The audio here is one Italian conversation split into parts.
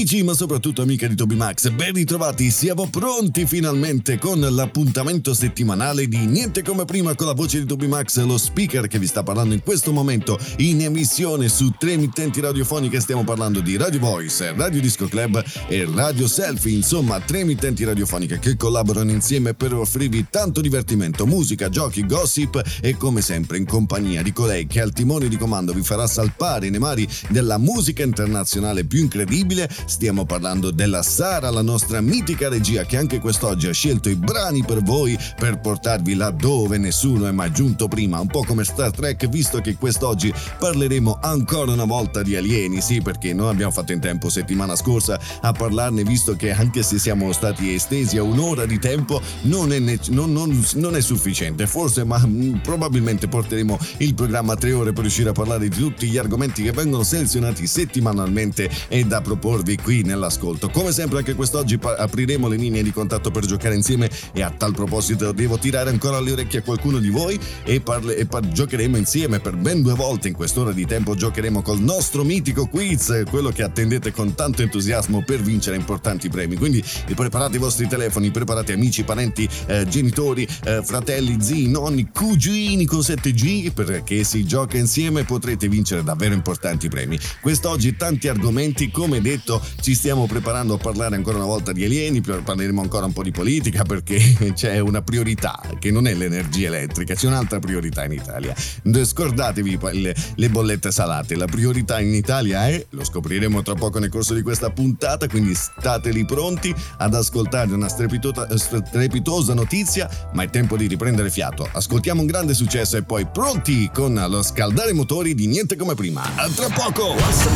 Amici, ma soprattutto amiche di TobyMax, ben ritrovati, siamo pronti finalmente con l'appuntamento settimanale di Niente Come Prima con la voce di TobyMax, lo speaker che vi sta parlando in questo momento in emissione su 3 emittenti radiofoniche. Stiamo parlando di Radio Voice, Radio Disco Club e Radio Selfie, insomma 3 emittenti radiofoniche che collaborano insieme per offrirvi tanto divertimento, musica, giochi, gossip e come sempre in compagnia di colei che al timone di comando vi farà salpare nei mari della musica internazionale più incredibile. Stiamo parlando della Sara, la nostra mitica regia che anche quest'oggi ha scelto i brani per voi per portarvi là dove nessuno è mai giunto prima, un po' come Star Trek, visto che quest'oggi parleremo ancora una volta di alieni, sì, perché non abbiamo fatto in tempo settimana scorsa a parlarne, visto che anche se siamo stati estesi a un'ora di tempo non è sufficiente, forse, ma probabilmente porteremo il programma a 3 ore per riuscire a parlare di tutti gli argomenti che vengono selezionati settimanalmente e da proporvi qui nell'ascolto. Come sempre anche quest'oggi apriremo le linee di contatto per giocare insieme e a tal proposito devo tirare ancora le orecchie a qualcuno di voi e giocheremo insieme per ben 2 volte in quest'ora di tempo. Giocheremo col nostro mitico quiz, quello che attendete con tanto entusiasmo per vincere importanti premi, quindi preparate i vostri telefoni, preparate amici, parenti, genitori, fratelli, zii, nonni, cugini con 7G, perché si gioca insieme potrete vincere davvero importanti premi. Quest'oggi tanti argomenti, come detto ci stiamo preparando a parlare ancora una volta di alieni, parleremo ancora un po' di politica perché c'è una priorità che non è l'energia elettrica, c'è un'altra priorità in Italia. Scordatevi le bollette salate, la priorità in Italia è, lo scopriremo tra poco nel corso di questa puntata, quindi stateli pronti ad ascoltare una strepitosa notizia, ma è tempo di riprendere fiato. Ascoltiamo un grande successo e poi pronti con lo scaldare motori di Niente Come Prima. A tra poco!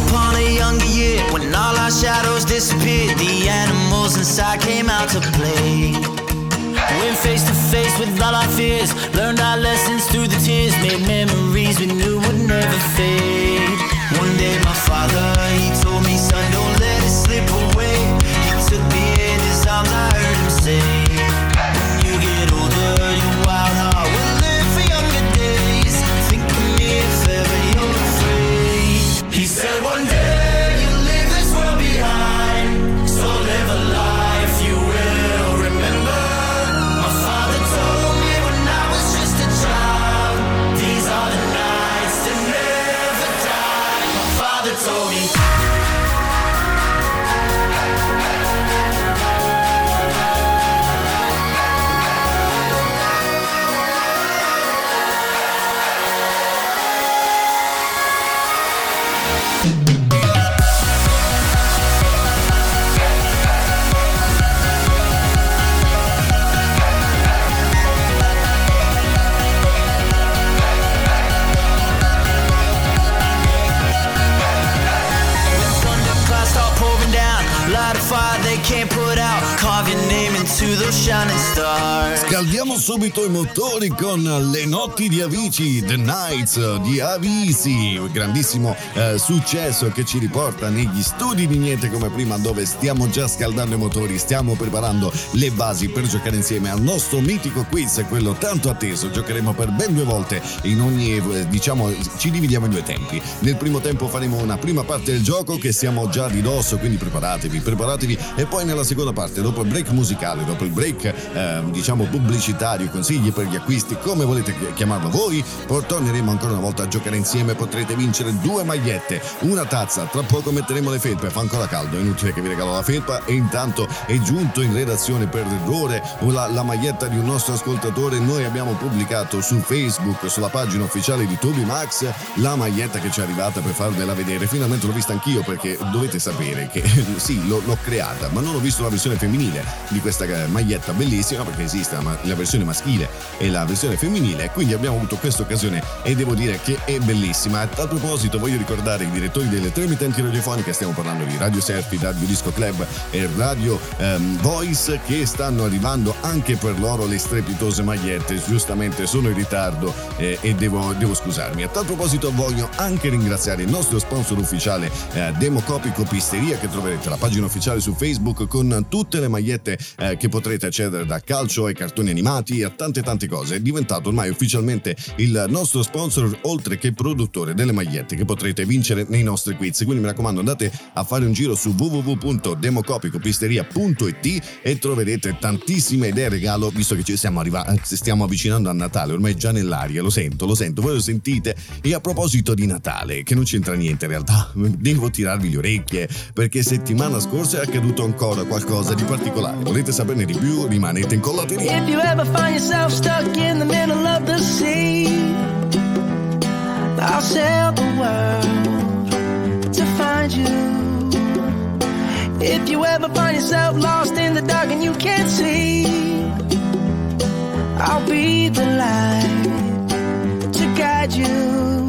All our shadows disappeared, the animals inside came out to play. Went face to face with all our fears, learned our lessons through the tears, made memories we knew would never fade. One day my father, he told me, son, don't let it slip away. He took me in his arms, I heard him say, when you get older, your wild heart will live for younger days. Think of me if ever you're afraid. He said one day behind, so live a life you will remember. My father told me when I was just a child, these are the nights that never die. My father told me. Scaldiamo subito i motori con Le notti di Avicii, The Nights di Avicii, grandissimo successo che ci riporta negli studi di Niente Come Prima, dove stiamo già scaldando i motori, stiamo preparando le basi per giocare insieme al nostro mitico quiz, quello tanto atteso. Giocheremo per ben 2 volte in ogni, ci dividiamo in 2 tempi. Nel primo tempo faremo una prima parte del gioco che siamo già di dosso, quindi preparatevi, e poi nella seconda parte, dopo il break musicale, dopo il break pubblicitario, consigli per gli acquisti, come volete chiamarlo voi, torneremo ancora una volta a giocare insieme. Potrete vincere 2 magliette, una tazza, tra poco metteremo le felpe, fa ancora caldo, è inutile che vi regalo la felpa. E intanto è giunto in redazione per errore la maglietta di un nostro ascoltatore. Noi abbiamo pubblicato su Facebook, sulla pagina ufficiale di TobyMax, la maglietta che ci è arrivata per farvela vedere. Finalmente l'ho vista anch'io, perché dovete sapere che sì, l'ho creata, ma non ho visto la versione femminile di questa maglietta bellissima, perché esiste la versione maschile e la versione femminile, quindi abbiamo avuto questa occasione e devo dire che è bellissima. A tal proposito voglio ricordare i direttori delle 3 emittenti radiofoniche, stiamo parlando di Radio Selfie, Radio Disco Club e Radio Voice, che stanno arrivando anche per loro le strepitose magliette. Giustamente sono in ritardo e devo scusarmi. A tal proposito voglio anche ringraziare il nostro sponsor ufficiale, Democopy Copisteria, che troverete la pagina ufficiale su Facebook con tutte le magliette che potrete potrete accedere da calcio ai cartoni animati e a tante cose. È diventato ormai ufficialmente il nostro sponsor, oltre che produttore delle magliette che potrete vincere nei nostri quiz. Quindi mi raccomando, andate a fare un giro su www.democopicopisteria.it e troverete tantissime idee regalo, visto che ci stiamo avvicinando a Natale, ormai è già nell'aria, lo sento, voi lo sentite. E a proposito di Natale, che non c'entra niente in realtà, devo tirarvi le orecchie perché settimana scorsa è accaduto ancora qualcosa di particolare. Volete saperne di più? Rimanete incollati lì. If you ever find yourself stuck in the middle of the sea, I'll sail the world to find you. If you ever find yourself lost in the dark and you can't see, I'll be the light to guide you.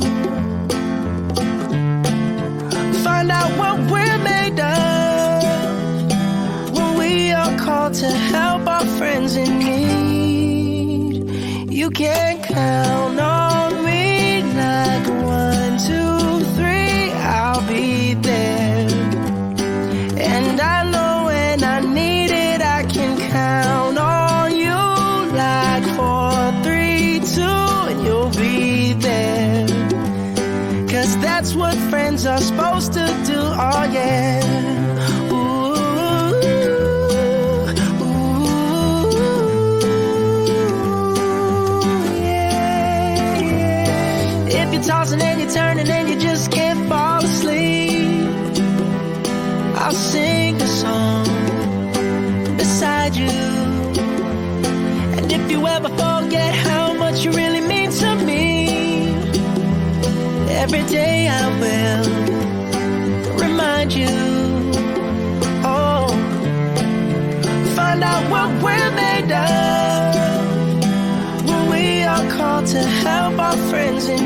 Find out what we're made of when we are called to help our friends in need. You can count on me like 1, 2, 3, I'll be there. And I know when I need it, I can count on you like 4, 3, 2, and you'll be there. 'Cause that's what friends are supposed to do, oh yeah. Ooh, yeah, yeah. If you're tossing and you're turning and you just can't fall asleep, I'll sing a song beside you. And if you ever forget how much you really mean to me, every day I will remind you. Oh, find out what we're made of when we are called to help our friends in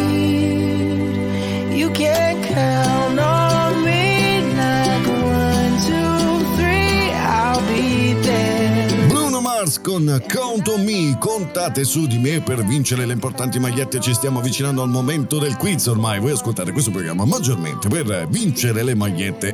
need. You can count on me like 1, 2, 3, I'll be there. Bruno Mars con Count on Me, contate su di me per vincere le importanti magliette. Ci stiamo avvicinando al momento del quiz ormai. Voi ascoltate questo programma maggiormente per vincere le magliette.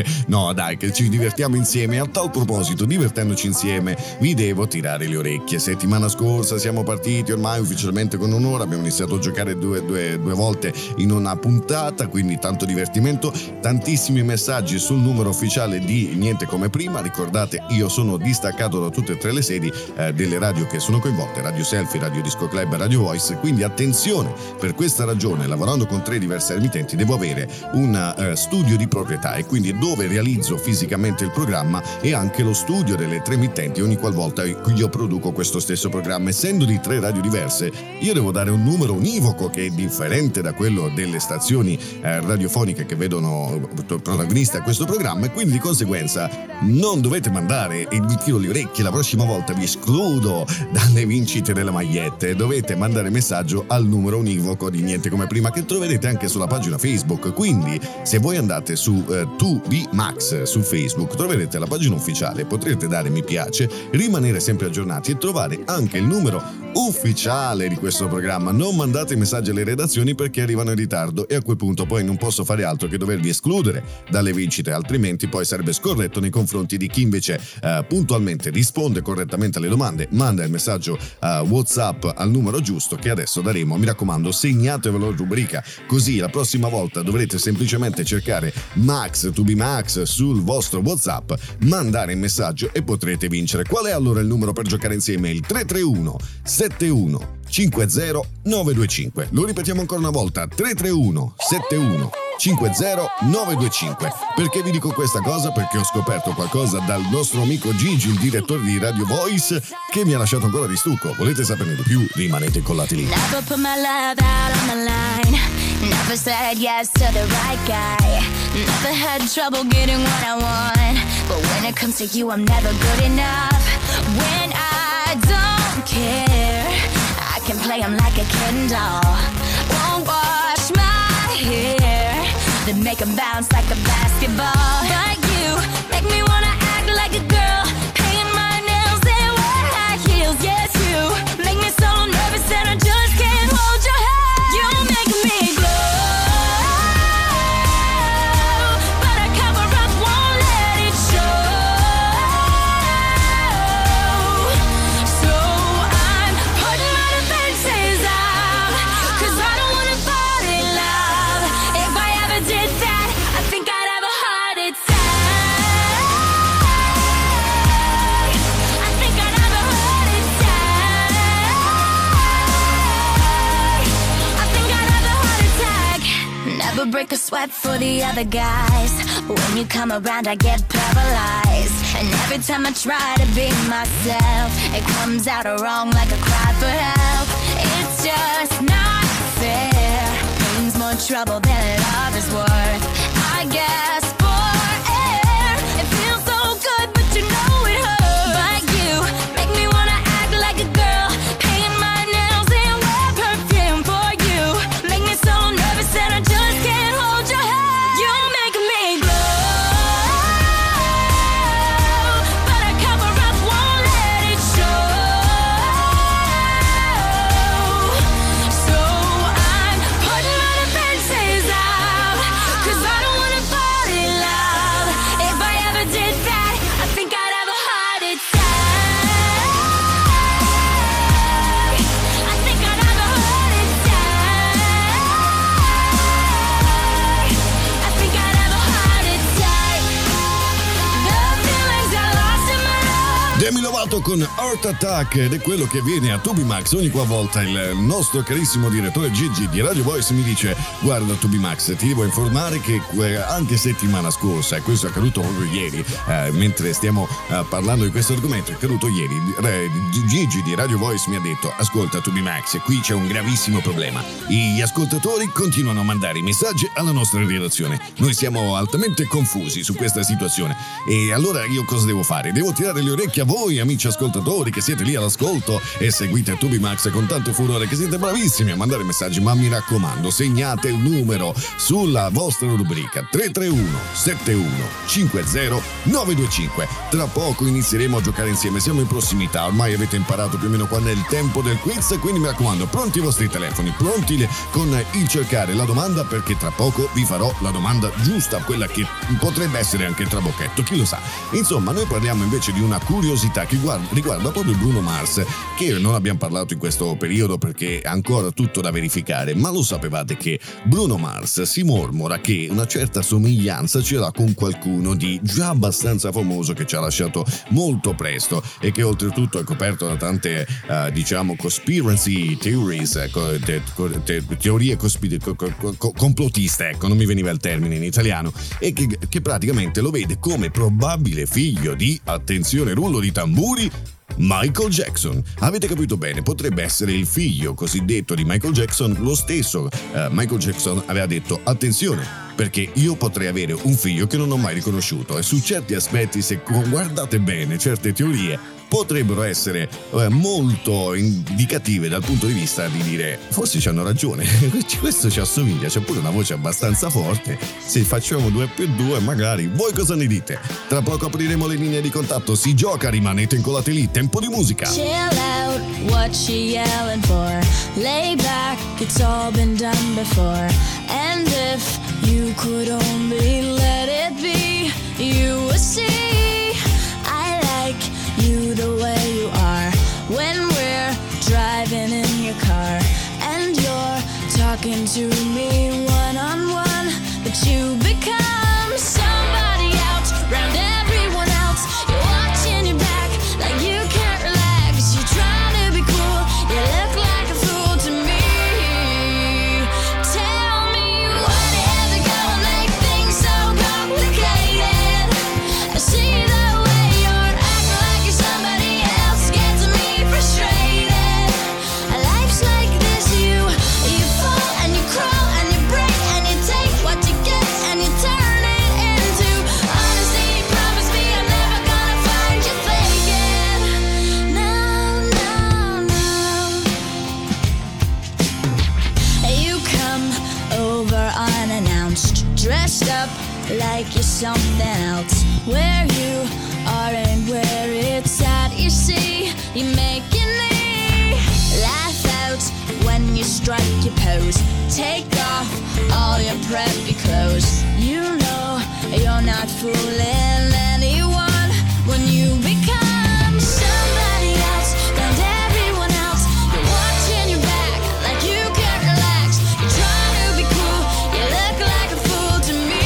No dai, che ci divertiamo insieme. A tal proposito, divertendoci insieme, vi devo tirare le orecchie. Settimana scorsa siamo partiti ormai ufficialmente con un'ora, abbiamo iniziato a giocare due volte in una puntata, quindi tanto divertimento, tantissimi messaggi sul numero ufficiale di Niente Come Prima. Ricordate, io sono distaccato da tutte e tre le sedi delle radio che sono coinvolte, Radio Selfie, Radio Disco Club e Radio Voice, quindi attenzione, per questa ragione, lavorando con 3 diverse emittenti, devo avere un studio di proprietà, e quindi dove realizzo fisicamente il programma e anche lo studio delle 3 emittenti ogni qualvolta io produco questo stesso programma. Essendo di 3 radio diverse, io devo dare un numero univoco che è differente da quello delle stazioni radiofoniche che vedono protagonista a questo programma, e quindi di conseguenza non dovete mandare, e vi tiro le orecchie, la prossima volta vi escludo dalle vincite delle magliette. Dovete mandare messaggio al numero univoco di Niente Come Prima, che troverete anche sulla pagina Facebook. Quindi se voi andate su 2B Max su Facebook, troverete la pagina ufficiale, potrete dare mi piace, rimanere sempre aggiornati e trovare anche il numero ufficiale di questo programma. Non mandate messaggi alle redazioni perché arrivano in ritardo, e a quel punto poi non posso fare altro che dovervi escludere dalle vincite, altrimenti poi sarebbe scorretto nei confronti di chi invece puntualmente risponde correttamente alle domande, manda il messaggio WhatsApp al numero giusto che adesso daremo. Mi raccomando, segnatevelo in rubrica, così la prossima volta dovrete semplicemente cercare Max to be Max sul vostro WhatsApp, mandare il messaggio e potrete vincere. Qual è allora il numero per giocare insieme? Il 331 71 50 925. Lo ripetiamo ancora una volta: 331 71 50 925. Perché vi dico questa cosa? Perché ho scoperto qualcosa dal nostro amico Gigi, il direttore di Radio Voice, che mi ha lasciato ancora di stucco. Volete saperne di più? Rimanete incollati lì. Never put my love out on the line. Never said yes to the right guy. Never had trouble getting what I want. But when it comes to you, I'm never good enough. When I don't care, I can play him like a Ken doll. Won't wash my hair, then make him bounce like a basketball. Like you, make me wanna act like a girl, paint my nails and wear high heels. Yes, you make me so nervous that I just can't hold your hand. You make me glow, but I cover up, won't let it show. break a sweat for the other guys. When you come around I get paralyzed, and every time I try to be myself, it comes out wrong like a cry for help. It's just not fair. Pain's more trouble than love is worth. I guess for air, it feels so good but you know it hurts. But you make me wanna act like a girl, paint my nails and wear perfume for you. Make me so nervous that I just can't hold your hand. You're making me glow, but I cover up, won't let it show. So I'm putting my defenses out, 'cause I don't wanna fall in love. If I ever did that, I think I'd have a heart attack. I think I'd have a heart attack. I think I'd have a heart attack. The feelings I lost in my love. Demi Lovato con Heart Attack, ed è quello che viene a Tubi Max ogni qualvolta il nostro carissimo direttore Gigi di Radio Voice mi dice: guarda Tubi Max, ti devo informare che anche settimana scorsa, e questo è accaduto proprio ieri, mentre stiamo parlando di questo argomento, è accaduto ieri, Gigi di Radio Voice mi ha detto: ascolta Tubi Max, qui c'è un gravissimo problema, gli ascoltatori continuano a mandare i messaggi alla nostra redazione, noi siamo altamente confusi su questa situazione, e allora io cosa devo fare? Devo tirare le orecchie a voi amici ascoltatori che siete lì all'ascolto e seguite Tubi Max con tanto furore, che siete bravissimi a mandare messaggi, ma mi raccomando segnate il numero sulla vostra rubrica 331 71 50 925. Tra poco inizieremo a giocare insieme, siamo in prossimità, ormai avete imparato più o meno quando è il tempo del quiz, quindi mi raccomando, pronti i vostri telefoni, pronti con il cercare la domanda, perché tra poco vi farò la domanda giusta, quella che potrebbe essere anche il trabocchetto, chi lo sa. Insomma, noi parliamo invece di una curiosità che riguarda proprio Bruno Mars, che non abbiamo parlato in questo periodo perché è ancora tutto da verificare, ma lo sapevate che Bruno Mars si mormora che una certa somiglianza ce l'ha con qualcuno di già abbastanza famoso che ci ha lasciato molto presto, e che oltretutto è coperto da tante diciamo conspiracy theories, teorie complottiste, ecco, non mi veniva il termine in italiano, e che praticamente lo vede come probabile figlio di, attenzione rullo di tamburi, Michael Jackson. Avete capito bene, potrebbe essere il figlio cosiddetto di Michael Jackson. Lo stesso Michael Jackson aveva detto: attenzione, perché io potrei avere un figlio che non ho mai riconosciuto, e su certi aspetti, se guardate bene certe teorie, potrebbero essere molto indicative dal punto di vista di dire: forse ci hanno ragione, questo ci assomiglia, c'è pure una voce abbastanza forte, se facciamo 2 più 2 magari. Voi cosa ne dite? Tra poco apriremo le linee di contatto, si gioca, rimanete incollati lì, tempo di musica. Chill out, what you yelling for? Lay back, it's all been done before. And if you could only let it be, you would see I like you the way you are. When we're driving in your car and you're talking to me one-on-one, but you become somebody else round everyone else. You're watching your back like you can't relax. You're trying to be cool, you look like a fool to me. Tell me what is it gonna make things so complicated? I see the way you're acting like you're somebody else, gets me frustrated. Life's like this, you fall and you crawl and you break and you take what you get and you turn it into honesty. Promise me I'm never gonna find you faking. No, no, no. You come over unannounced, dressed up like you're something else. Where you are and where it's at, you see, you're making me laugh out when you strike your pose. Take off all your preppy clothes. You know you're not fooling anyone when you become somebody else round everyone else. You're watching your back like you can't relax. You're trying to be cool, you look like a fool to me.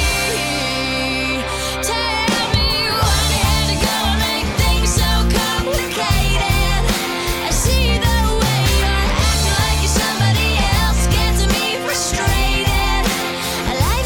Tell me what is it gonna make things so complicated? I see the way you're acting like you're somebody else, gets me frustrated.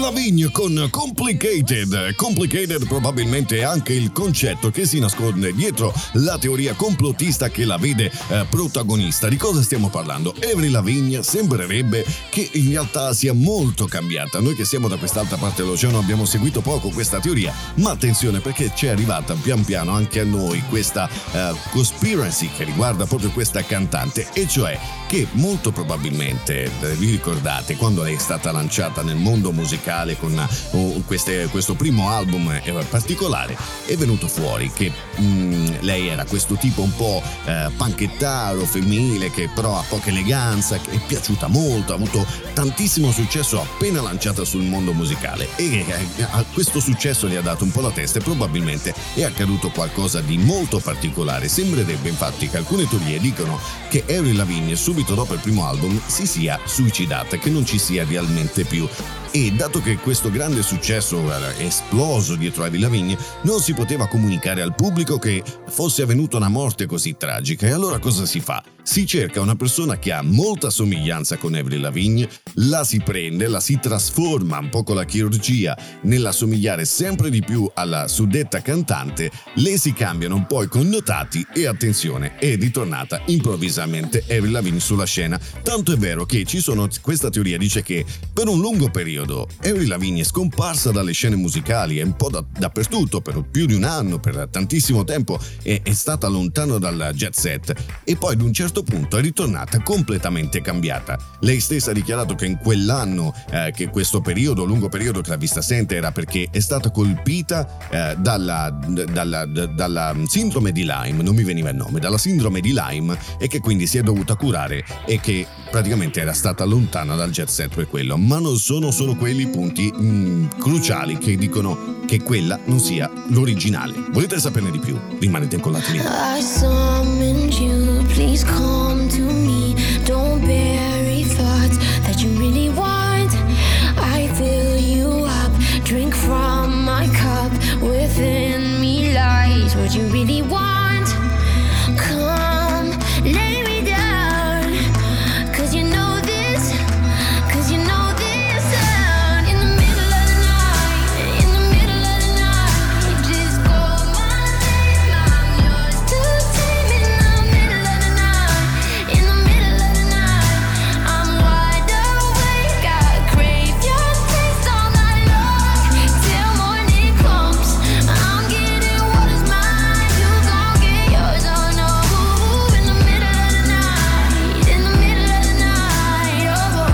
Lavigne con Complicated. Complicated probabilmente è anche il concetto che si nasconde dietro la teoria complottista che la vede protagonista. Di cosa stiamo parlando? Avril Lavigne sembrerebbe che in realtà sia molto cambiata. Noi che siamo da quest'altra parte dell'oceano abbiamo seguito poco questa teoria, ma attenzione perché c'è arrivata pian piano anche a noi questa conspiracy che riguarda proprio questa cantante, e cioè che molto probabilmente, vi ricordate, quando lei è stata lanciata nel mondo musicale con questo primo album particolare, è venuto fuori che lei era questo tipo un po' panchettaro, femminile, che però ha poca eleganza, che è piaciuta molto, ha avuto tantissimo successo appena lanciata sul mondo musicale, e a questo successo gli ha dato un po' la testa e probabilmente è accaduto qualcosa di molto particolare. Sembrerebbe infatti che alcune teorie dicono che Avril Lavigne subito dopo il primo album si sia suicidata, che non ci sia realmente più. E dato che questo grande successo è esploso dietro Avril Lavigne, non si poteva comunicare al pubblico che fosse avvenuta una morte così tragica. E allora cosa si fa? Si cerca una persona che ha molta somiglianza con Avril Lavigne, la si prende, la si trasforma un po' con la chirurgia nell'assomigliare sempre di più alla suddetta cantante, le si cambiano un po' i connotati e attenzione, è ritornata improvvisamente Avril Lavigne sulla scena. Tanto è vero che questa teoria dice che per un lungo periodo Avril Lavigne è scomparsa dalle scene musicali, è un po' dappertutto, per più di un anno, per tantissimo tempo è stata lontano dal jet set, e poi ad un certo punto è ritornata completamente cambiata. Lei stessa ha dichiarato che in quell'anno, che questo lungo periodo che l'ha vista assente, era perché è stata colpita dalla sindrome di Lyme, non mi veniva il nome, dalla sindrome di Lyme, e che quindi si è dovuta curare e che praticamente era stata lontana dal jet set per quello. Ma non sono solo quelli i punti cruciali che dicono che quella non sia l'originale. Volete saperne di più? Rimanete incollati lì. I summoned you, please come to me. Don't bury thoughts that you really want. I fill you up, drink from my cup. Within me lies what you really want. Come, lay me down, 'cause you know this, 'cause you know this sound. In the middle of the night, in the middle of the night, just call my name, I'm yours to tame. In the middle of the night, in the middle of the night, I'm wide awake, I crave your taste all night long, till morning comes. I'm getting what is mine, you gon' get yours, oh no. In the middle of the night, in the middle of the night, oh.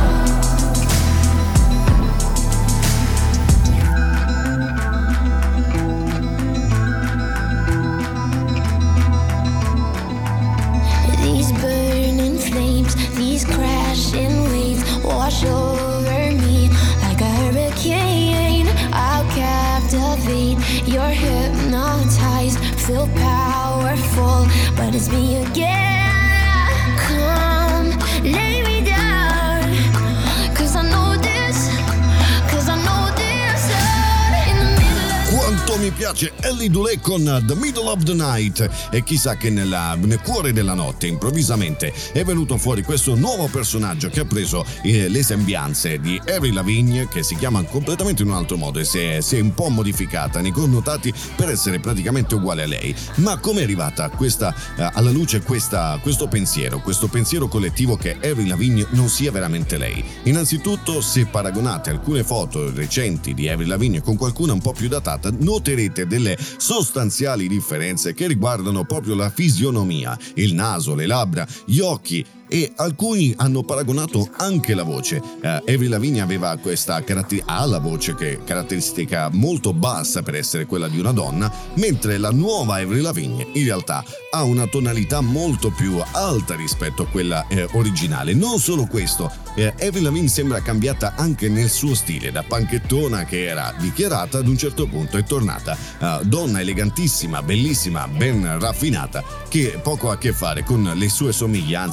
These burning flames, these crashing waves wash over me like a hurricane. I'll captivate, you're hypnotized, feel powerful, but it's me again. Come, lay me down, 'cause I know this, 'cause I know this. In the middle of Quanto mi piace Ellie Dulé con The Middle of the Night, e chissà che nel cuore della notte improvvisamente è venuto fuori questo nuovo personaggio che ha preso le sembianze di Avril Lavigne, che si chiama completamente in un altro modo e si è un po' modificata nei connotati per essere praticamente uguale a lei. Ma come è arrivata alla luce questo pensiero collettivo che Avril Lavigne non sia veramente lei? Innanzitutto, se paragonate alcune foto recenti di Avril Lavigne con qualcuna un po' più datata, noterete delle sostanziali differenze che riguardano proprio la fisionomia, il naso, le labbra, gli occhi, e alcuni hanno paragonato anche la voce. Avril Lavigne aveva ha la voce che è caratteristica molto bassa per essere quella di una donna, mentre la nuova Avril Lavigne in realtà ha una tonalità molto più alta rispetto a quella originale. Non solo questo, Avril Lavigne sembra cambiata anche nel suo stile, da panchettona che era dichiarata, ad un certo punto è tornata donna elegantissima, bellissima, ben raffinata, che poco ha a che fare con le sue somiglianze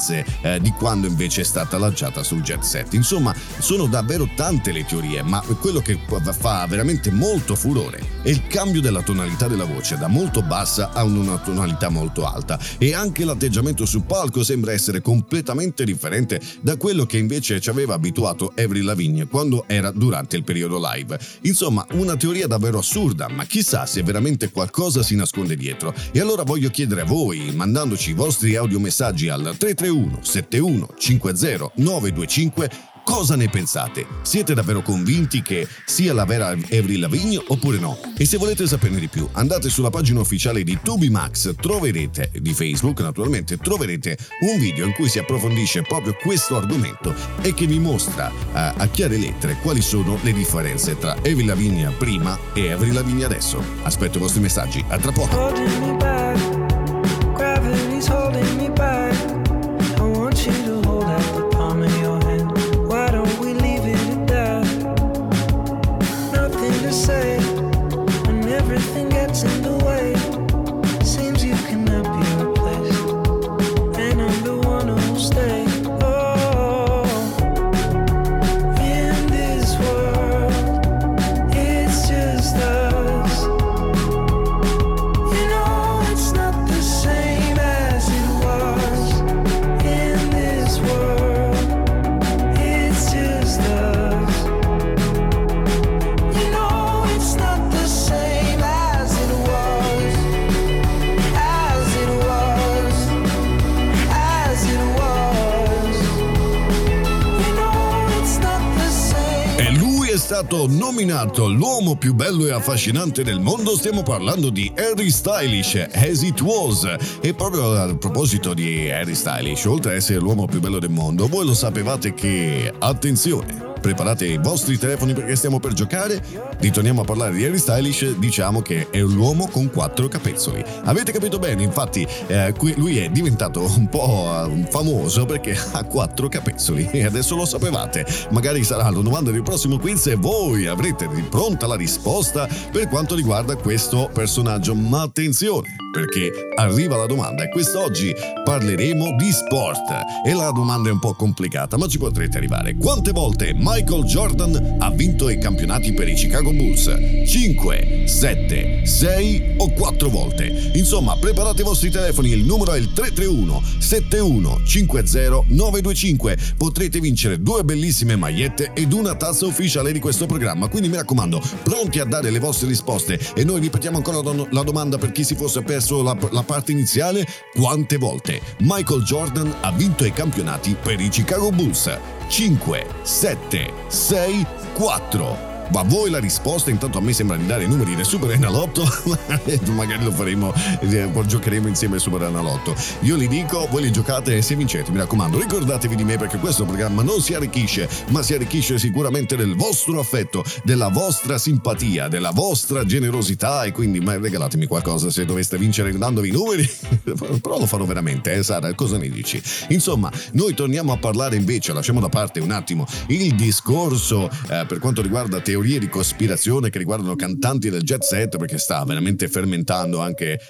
di quando invece è stata lanciata sul jet set. Insomma, sono davvero tante le teorie, ma quello che fa veramente molto furore è il cambio della tonalità della voce, da molto bassa a una tonalità molto alta, e anche l'atteggiamento sul palco sembra essere completamente differente da quello che invece ci aveva abituato Avril Lavigne quando era durante il periodo live. Insomma, una teoria davvero assurda, ma chissà se veramente qualcosa si nasconde dietro. E allora voglio chiedere a voi, mandandoci i vostri audiomessaggi al 331 71 50 925, cosa ne pensate? Siete davvero convinti che sia la vera Avril Lavigne oppure no? E se volete saperne di più, andate sulla pagina ufficiale di TubiMax, troverete, di Facebook naturalmente, troverete un video in cui si approfondisce proprio questo argomento e che vi mostra a chiare lettere quali sono le differenze tra Avril Lavigne prima e Avril Lavigne adesso. Aspetto i vostri messaggi, a tra poco. Stato nominato l'uomo più bello e affascinante del mondo. Stiamo parlando di Harry Stylish, As It Was. E proprio a proposito di Harry Stylish, oltre ad essere l'uomo più bello del mondo, voi lo sapevate che, attenzione, preparate i vostri telefoni perché stiamo per giocare. Ritorniamo a parlare di Harry Stylish. Diciamo che è l'uomo con 4 capezzoli. Avete capito bene, infatti lui è diventato un po' famoso perché ha 4 capezzoli, e adesso lo sapevate. Magari sarà la domanda del prossimo quiz e voi avrete pronta la risposta per quanto riguarda questo personaggio. Ma attenzione, perché arriva la domanda, e quest'oggi parleremo di sport, e la domanda è un po' complicata, ma ci potrete arrivare. Quante volte Michael Jordan ha vinto i campionati per i Chicago Bulls? 5, 7, 6 o 4 volte? Insomma, preparate i vostri telefoni, il numero è il 331 71 50 925. Potrete vincere 2 bellissime magliette ed una tazza ufficiale di questo programma, quindi mi raccomando, pronti a dare le vostre risposte. E noi ripetiamo ancora la domanda per chi si fosse perso la parte iniziale: quante volte Michael Jordan ha vinto i campionati per i Chicago Bulls? 5, 7, 6, 4. Ma voi la risposta? Intanto a me sembra di dare i numeri del Super Enalotto. Magari lo faremo, giocheremo insieme al Super Enalotto. Io li dico, voi li giocate e se vincete, mi raccomando, ricordatevi di me, perché questo programma non si arricchisce, ma si arricchisce sicuramente del vostro affetto, della vostra simpatia, della vostra generosità. E quindi regalatemi qualcosa se doveste vincere dandovi i numeri. Però lo farò veramente, Sara, cosa ne dici? Insomma, noi torniamo a parlare invece, lasciamo da parte un attimo il discorso per quanto riguarda teorie di cospirazione che riguardano cantanti del jet set, perché sta veramente fermentando anche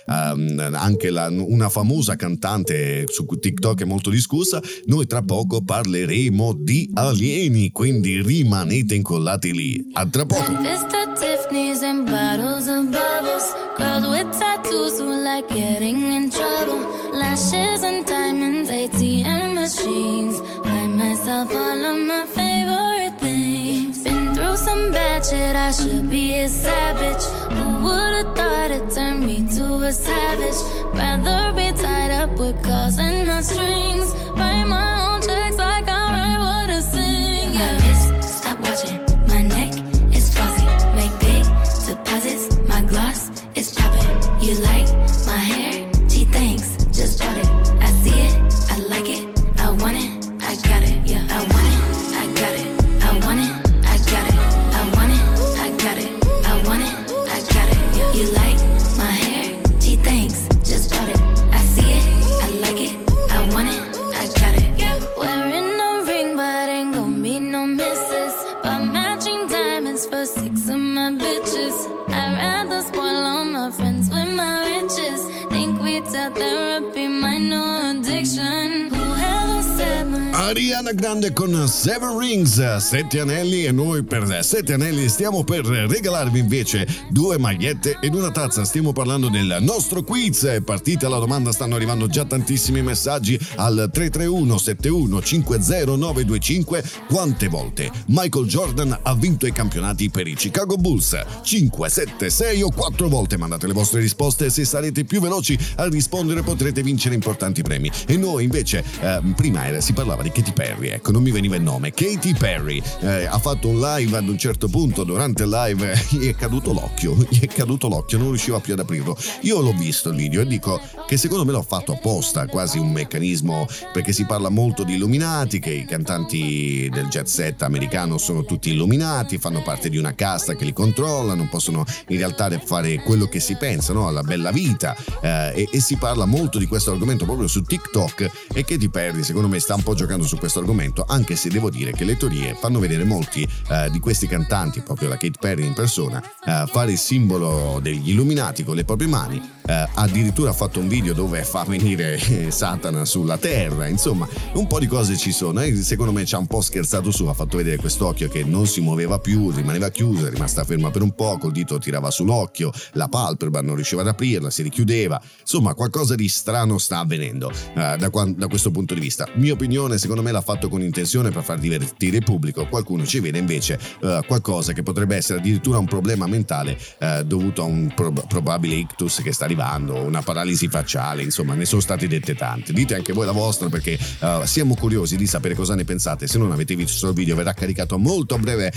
una famosa cantante su TikTok, è molto discussa. Noi tra poco parleremo di alieni, quindi rimanete incollati lì. A tra poco. Tiffany's and bottles of bubbles. Girls with tattoos who like getting in trouble. Lashes and diamonds, ATM machines. Buy myself all of my favorite things. Been through some bad shit, I should be a savage. Who would've thought it turned me to a savage? Rather be tied up with calls and not strings. Write my own checks like I write what I sing. Yeah, wrist, stop watching. My neck is fuzzy. Make big deposits. My gloss is popping. You like my hair? Gee, thanks. Just bought it. I see it. I like it. I want it. I got it. Yeah, I want it. I got it. I want it. I got it. I want it. I got it. I want it. I got it. Yeah. You like my hair? Gee, thanks. Just bought it. I see it. I like it. I want it. I got it. Yeah. Wearing no ring, but ain't gon' be no misses. But matching diamonds for 6 of my bitches. I'd rather spoil all my friends with my riches. Think we tell therapy, my no addiction. Whoever said Ariana Grande con Seven Rings, 7 anelli, e noi per 7 anelli stiamo per regalarvi invece 2 magliette ed una tazza. Stiamo parlando del nostro quiz. È partita la domanda, stanno arrivando già tantissimi messaggi al 331 71 50925. Quante volte Michael Jordan ha vinto i campionati per i Chicago Bulls? 5, 7, 6 o 4 volte? Mandate le vostre risposte, se sarete più veloci a rispondere potrete vincere importanti premi. E noi invece prima si parlava di Katy Perry, ecco, non mi veniva il nome. Katy Perry ha fatto un live, ad un certo punto durante il live gli è caduto l'occhio, non riusciva più ad aprirlo. Io l'ho visto il video e dico che secondo me l'ho fatto apposta, quasi un meccanismo, perché si parla molto di illuminati, che i cantanti del jet set americano sono tutti illuminati, fanno parte di una casta che li controlla, non possono in realtà fare quello che si pensa, no? Alla bella vita, e si parla molto di questo argomento proprio su TikTok, e Katy Perry secondo me sta un po' giocando su questo argomento, anche se devo dire che le teorie fanno vedere molti di questi cantanti, proprio la Katy Perry in persona, fare il simbolo degli illuminati con le proprie mani. Addirittura ha fatto un video dove fa venire Satana sulla terra, insomma un po' di cose ci sono, e secondo me ci ha un po' scherzato su, ha fatto vedere quest'occhio che non si muoveva più, rimaneva chiuso, è rimasta ferma per un po', col dito tirava sull'occhio, la palpebra non riusciva ad aprirla, si richiudeva, insomma qualcosa di strano sta avvenendo da questo punto di vista. Mia opinione, secondo me l'ha fatto con intenzione per far divertire il pubblico, qualcuno ci vede invece qualcosa che potrebbe essere addirittura un problema mentale dovuto a un probabile ictus che sta arrivando, una paralisi facciale, insomma ne sono state dette tante. Dite anche voi la vostra, perché siamo curiosi di sapere cosa ne pensate. Se non avete visto il video verrà caricato molto a breve,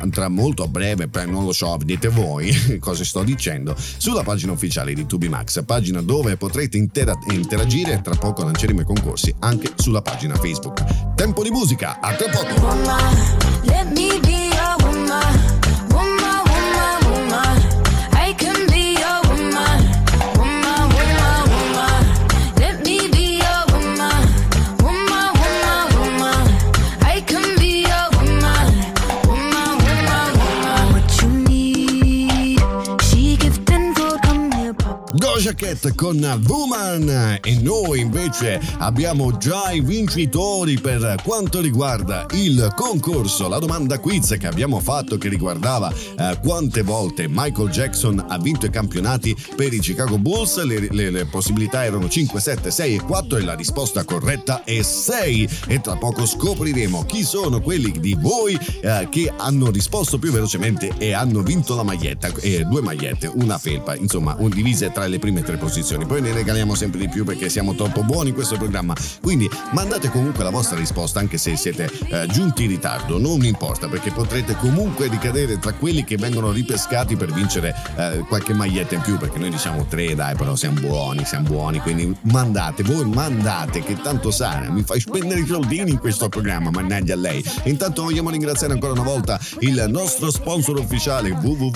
non lo so, dite voi cosa sto dicendo, sulla pagina ufficiale di Tubimax, pagina dove potrete interagire, e tra poco lanceremo i concorsi anche sulla pagina Facebook. Tempo di musica, a tra poco. Woman, let me be your woman. Woman, woman, woman. I can be your woman. Woman, woman, woman. Let me be your woman. Woman, woman, woman. I can be your woman. Woman, woman, woman. What you need, she give tenfold, come here, pop. Doja Cat con Woman, e noi invece abbiamo già i vincitori per quanto riguarda il concorso, la domanda quiz che abbiamo fatto, che riguardava quante volte Michael Jackson ha vinto i campionati per i Chicago Bulls. Le possibilità erano 5, 7, 6 e 4 e la risposta corretta è 6, e tra poco scopriremo chi sono quelli di voi che hanno risposto più velocemente e hanno vinto la maglietta, 2 magliette, una felpa, insomma divise tra le prime 3 posizioni. Poi ne regaliamo sempre di più perché siamo troppo buoni in questo programma, quindi mandate comunque la vostra risposta anche se siete giunti in ritardo, non importa, perché potrete comunque ricadere tra quelli che vengono ripescati per vincere qualche maglietta in più, perché noi diciamo 3, dai, però siamo buoni, quindi mandate, che tanto Sara mi fai spendere i soldini in questo programma, mannaggia a lei. Intanto vogliamo ringraziare ancora una volta il nostro sponsor ufficiale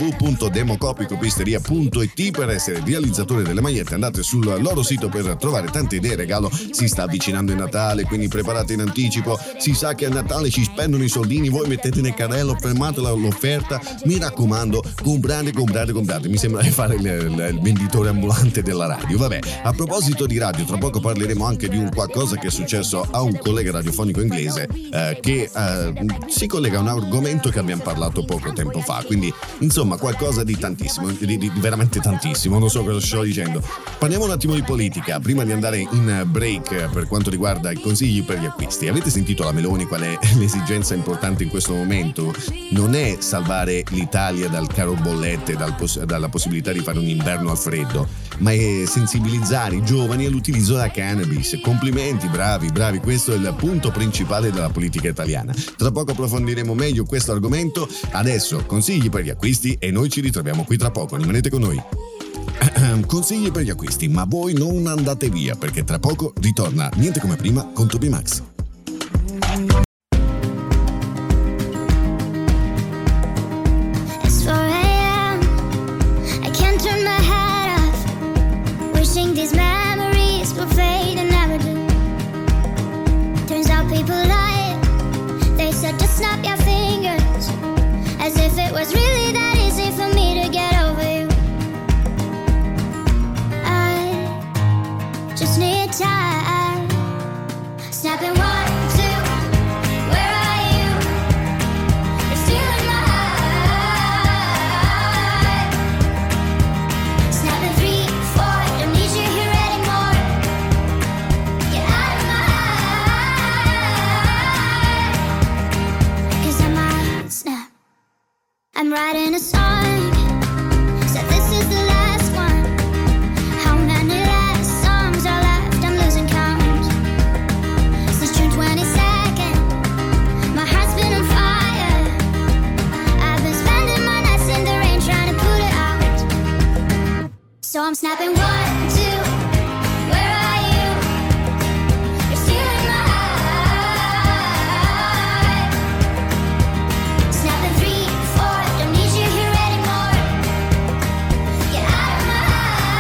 www.democopicopisteria.it per essere realizzatore delle magliette. Andate sul loro sito per trovare tante idee regalo. Si sta avvicinando il Natale, quindi preparate in anticipo, si sa che a Natale ci spendono i soldini, voi mettete nel carrello, fermate l'offerta, mi raccomando, comprate. Mi sembra di fare il venditore ambulante della radio. Vabbè, a proposito di radio, tra poco parleremo anche di un qualcosa che è successo a un collega radiofonico inglese che si collega a un argomento che abbiamo parlato poco tempo fa, quindi insomma qualcosa di tantissimo, di veramente tantissimo, non so cosa sto dicendo. Parliamo un attimo di politica prima di andare in break per quanto riguarda i consigli per gli acquisti. Avete sentito la Meloni qual è l'esigenza importante in questo momento? Non è salvare l'Italia dal caro bollette, dalla possibilità di fare un inverno al freddo, ma è sensibilizzare i giovani all'utilizzo della cannabis. Complimenti, bravi, questo è il punto principale della politica italiana. Tra poco approfondiremo meglio questo argomento. Adesso consigli per gli acquisti e noi ci ritroviamo qui tra poco, rimanete con noi. Consigli per gli acquisti, ma voi non andate via perché tra poco ritorna Niente come prima con Tubimax. It's 4 a.m. I can't turn my head off. Wishing these memories will fade and never do. Turns out people lie. They said just snap your fingers, as if it was really that easy for me to get over you. I just need time. Snapping 1, 2 I'm writing a song. Said this is the last one. How many last songs are left? I'm losing count. Since June 22nd, my heart's been on fire. I've been spending my nights in the rain trying to put it out. So I'm snapping 1, 2. Where are you? You're stealing my heart. Snapping 3, 4. Don't need you here anymore. Get out of my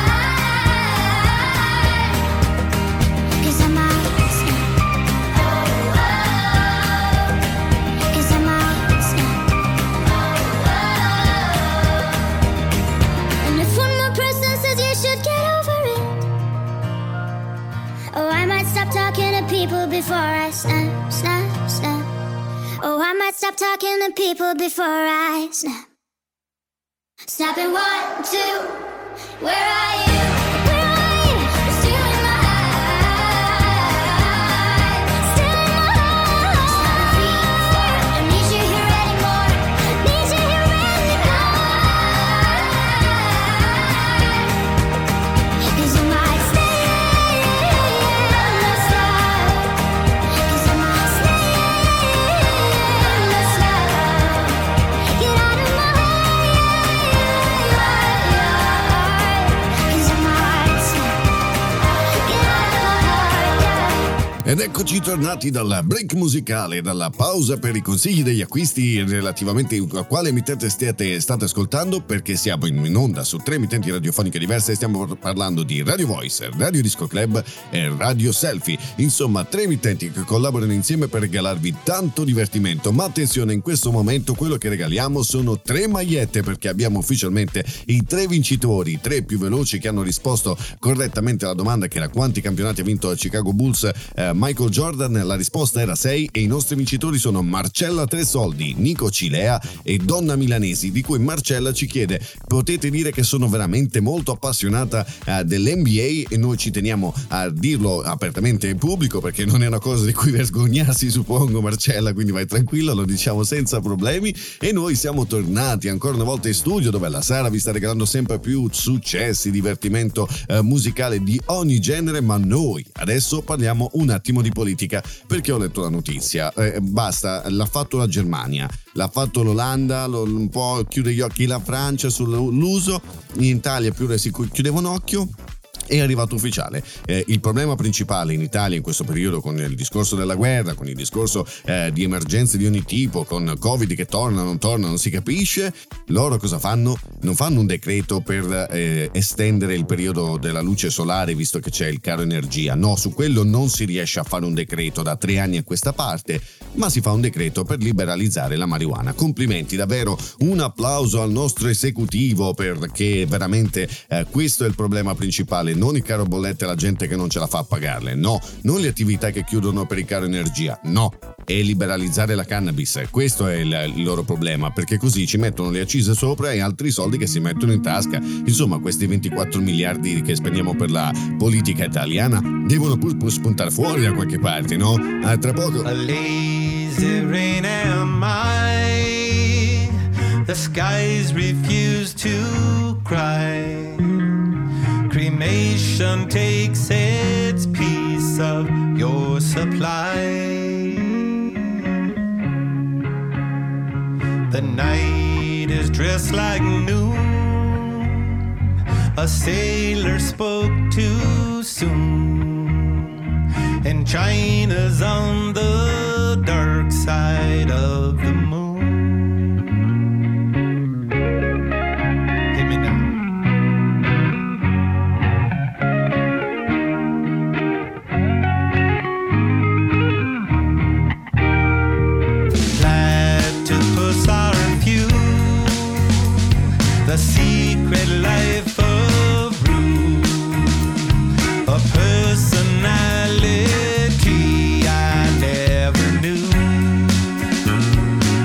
heart. 'Cause I might snap. Oh, oh. 'Cause I might snap. Oh, oh. And if one more person says you should get over it, oh, I might stop talking to people before I snap, snap, snap. Oh, I might stop talking to people before I snap. Snapping 1, 2. Where are you? Where are you? You're stealing my heart. Stealing my heart. Snapping 3, 4. Don't need you here anymore. Need you here anymore. 'Cause I might stay in this love. 'Cause I might stay in this love. Get out of my heart. 'Cause I might snap. Get out of my heart. Ed eccoci tornati dalla break musicale, dalla pausa per i consigli degli acquisti relativamente a quale emittente state ascoltando, perché siamo in onda su 3 emittenti radiofoniche diverse. Stiamo parlando di Radio Voice, Radio Disco Club e Radio Selfie. Insomma, 3 emittenti che collaborano insieme per regalarvi tanto divertimento. Ma attenzione, in questo momento quello che regaliamo sono 3 magliette, perché abbiamo ufficialmente i 3 vincitori, i 3 più veloci che hanno risposto correttamente alla domanda che era quanti campionati ha vinto a Chicago Bulls Michael Jordan. La risposta era 6 e i nostri vincitori sono Marcella Tresoldi, Nico Cilea e Donna Milanesi, di cui Marcella ci chiede: potete dire che sono veramente molto appassionata dell'NBA? E noi ci teniamo a dirlo apertamente in pubblico, perché non è una cosa di cui vergognarsi, suppongo, Marcella, quindi vai tranquilla, lo diciamo senza problemi. E noi siamo tornati ancora una volta in studio, dove la Sara vi sta regalando sempre più successi, divertimento musicale di ogni genere. Ma noi adesso parliamo un attimo di politica, perché ho letto la notizia. Basta, l'ha fatto la Germania, l'ha fatto l'Olanda, un po' chiude gli occhi la Francia sull'uso, in Italia più si chiudeva un occhio. È arrivato ufficiale. Il problema principale in Italia in questo periodo, con il discorso della guerra, con il discorso di emergenze di ogni tipo, con Covid che torna, non si capisce, loro cosa fanno? Non fanno un decreto per estendere il periodo della luce solare, visto che c'è il caro energia. No, su quello non si riesce a fare un decreto da 3 anni a questa parte, ma si fa un decreto per liberalizzare la marijuana. Complimenti, davvero un applauso al nostro esecutivo, perché veramente questo è il problema principale. Non il caro bollette, la gente che non ce la fa a pagarle, no, non le attività che chiudono per il caro energia, no, è liberalizzare la cannabis. Questo è il loro problema, perché così ci mettono le accise sopra e altri soldi che si mettono in tasca. Insomma, questi 24 miliardi che spendiamo per la politica italiana devono pur spuntare fuori da qualche parte, no? Tra poco. A lazy rain am I, the skies refuse to cry. Cremation takes its piece of your supply. The night is dressed like noon. A sailor spoke too soon. And China's on the dark side of the moon. The secret life of Rue, a personality I never knew.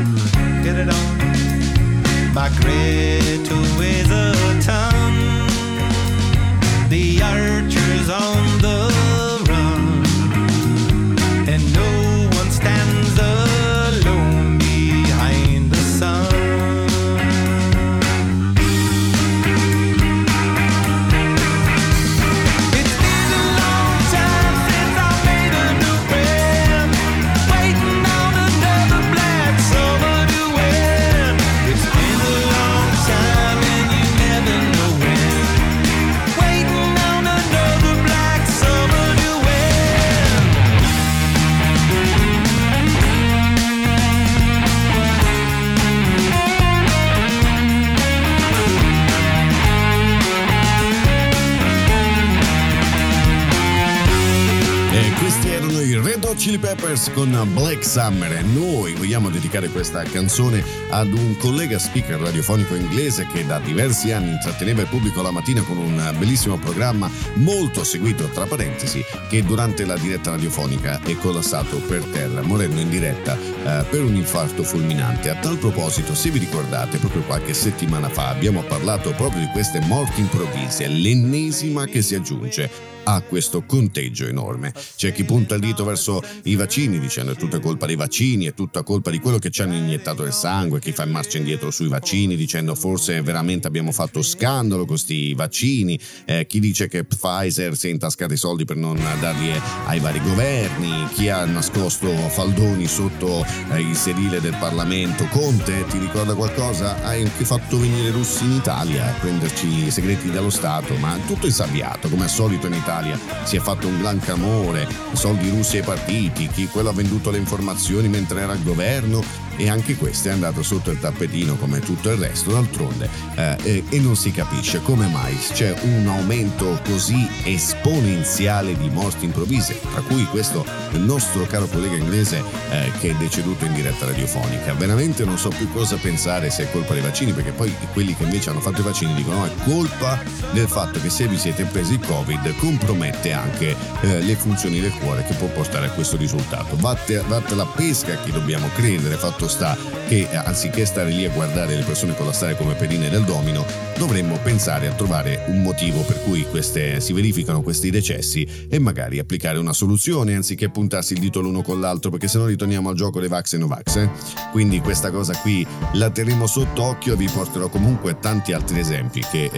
Red Hot Chili Peppers con Black Summer, e noi vogliamo dedicare questa canzone ad un collega speaker radiofonico inglese che da diversi anni intratteneva il pubblico la mattina con un bellissimo programma molto seguito, tra parentesi, che durante la diretta radiofonica è collassato per terra morendo in diretta per un infarto fulminante. A tal proposito, se vi ricordate, proprio qualche settimana fa abbiamo parlato proprio di queste morti improvvise, l'ennesima che si aggiunge a questo conteggio enorme. C'è chi punta il dito verso i vaccini dicendo è tutta colpa dei vaccini, è tutta colpa di quello che ci hanno iniettato nel sangue, chi fa marcia indietro sui vaccini dicendo forse veramente abbiamo fatto scandalo con questi vaccini, chi dice che Pfizer si è intascato i soldi per non darli ai vari governi, chi ha nascosto faldoni sotto il sedile del Parlamento. Conte, ti ricorda qualcosa? Hai anche fatto venire i russi in Italia a prenderci i segreti dallo Stato, ma tutto insabbiato come al solito in Italia. Si è fatto un gran clamore, soldi russi ai partiti, quello ha venduto le informazioni mentre era al governo, e anche questo è andato sotto il tappetino come tutto il resto, d'altronde, e non si capisce come mai c'è un aumento così esponenziale di morti improvvise, tra cui questo del nostro caro collega inglese che è deceduto in diretta radiofonica. Veramente non so più cosa pensare, se è colpa dei vaccini, perché poi quelli che invece hanno fatto i vaccini dicono no, è colpa del fatto che se vi siete presi il Covid compromette anche le funzioni del cuore, che può portare a questo risultato. Vatte la pesca a chi dobbiamo credere. Fatto sta che anziché stare lì a guardare le persone collassare come pedine del domino, dovremmo pensare a trovare un motivo per cui si verificano questi decessi e magari applicare una soluzione anziché puntarsi il dito l'uno con l'altro, perché sennò ritorniamo al gioco dei vax e novax. Quindi questa cosa qui la terremo sotto occhio e vi porterò comunque tanti altri esempi che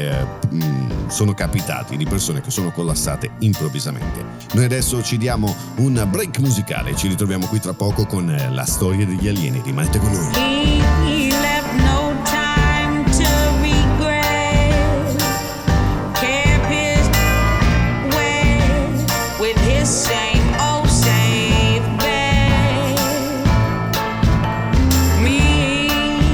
sono capitati di persone che sono collassate improvvisamente. Noi adesso ci diamo un break musicale, ci ritroviamo qui tra poco con la storia degli alieni. Rimanete con noi. He left no time to regret. Kept his way with his same old safe bet. Me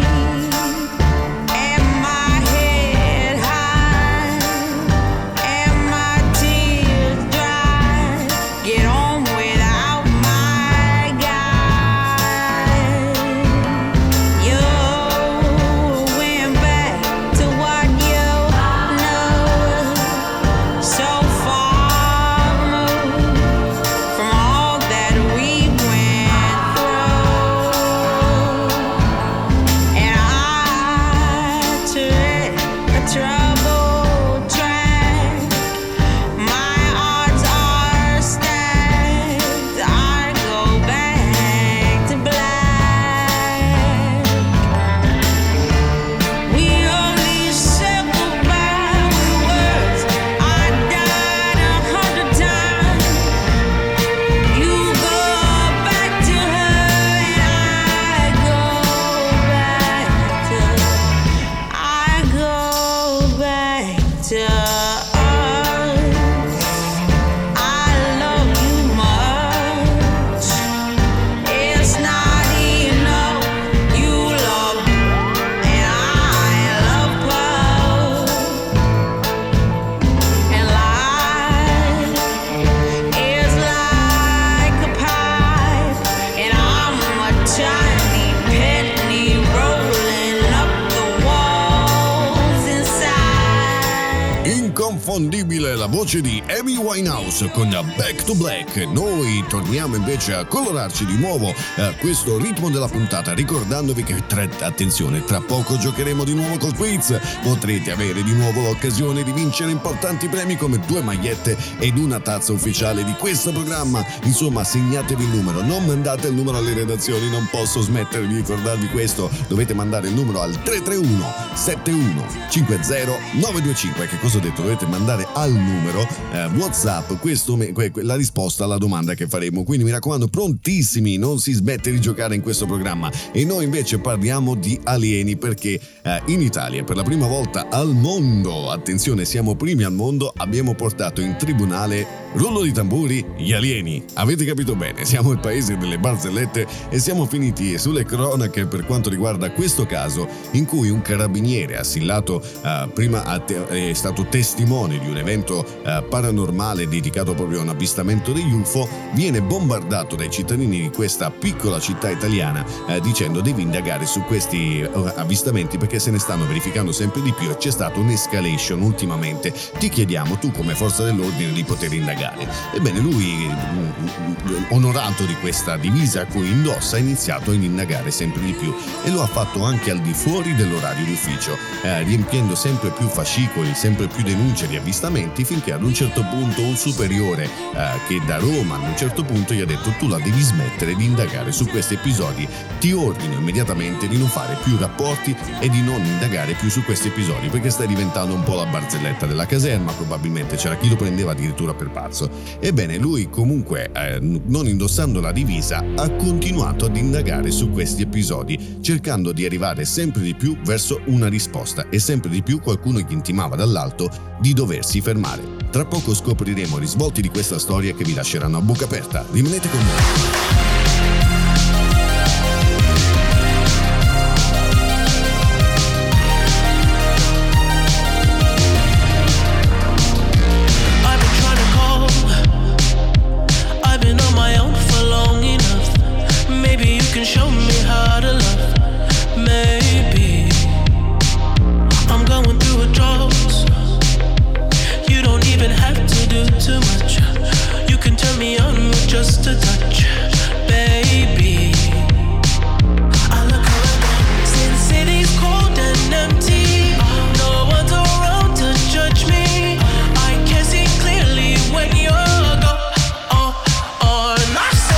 and my head high and my tears dry. Get on without my guy. You went back to what you know, so far removed from all that we went through. And I tread a troubled track. My odds are stacked. I go back to black. We only said goodbye with words. I died 100 times. You go back to her and I go back to us. I love you much. It's not enough. You love and I love both. And life is like a pipe, and I'm a tiny penny rolling up the walls inside. Inconfondibile la voce di Amy Winehouse con Back to Black. Noi torniamo invece a colorarci di nuovo questo ritmo della puntata, ricordandovi che attenzione, tra poco giocheremo di nuovo col quiz. Potrete avere di nuovo l'occasione di vincere importanti premi come 2 magliette ed una tazza ufficiale di questo programma. Insomma, segnatevi il numero, non mandate il numero alle redazioni, non posso smettere di ricordarvi questo. Dovete mandare il numero al 331 71 50 925. Che cosa ho detto? Dovete mandare al numero WhatsApp la risposta alla domanda che faremo. Quindi mi raccomando, prontissimi, non si smette di giocare in questo programma. E noi invece parliamo di alieni, perché in Italia per la prima volta al mondo, attenzione, siamo primi al mondo, abbiamo portato in tribunale Rullo di tamburi, gli alieni. Avete capito bene, siamo il paese delle barzellette e siamo finiti sulle cronache per quanto riguarda questo caso in cui un carabiniere assillato è stato testimone di un evento paranormale dedicato proprio a un avvistamento degli UFO, viene bombardato dai cittadini di questa piccola città italiana dicendo devi indagare su questi avvistamenti perché se ne stanno verificando sempre di più e c'è stata un'escalation ultimamente. Ti chiediamo tu come forza dell'ordine di poter indagare. Ebbene lui, onorato di questa divisa a cui indossa, ha iniziato ad indagare sempre di più e lo ha fatto anche al di fuori dell'orario d'ufficio, riempiendo sempre più fascicoli, sempre più denunce di avvistamenti, finché ad un certo punto un superiore che da Roma ad un certo punto gli ha detto tu la devi smettere di indagare su questi episodi, ti ordino immediatamente di non fare più rapporti e di non indagare più su questi episodi perché stai diventando un po' la barzelletta della caserma, probabilmente c'era chi lo prendeva addirittura per pazzo. Ebbene lui comunque non indossando la divisa ha continuato ad indagare su questi episodi cercando di arrivare sempre di più verso una risposta e sempre di più qualcuno gli intimava dall'alto di doversi fermare. Tra poco scopriremo i risvolti di questa storia che vi lasceranno a bocca aperta. Rimanete con noi. Show me how to love. Maybe I'm going through a drought. You don't even have to do too much. You can turn me on with just a touch, baby. I look around, since city's cold and empty. No one's around to judge me. I can see clearly when you're gone. And I said.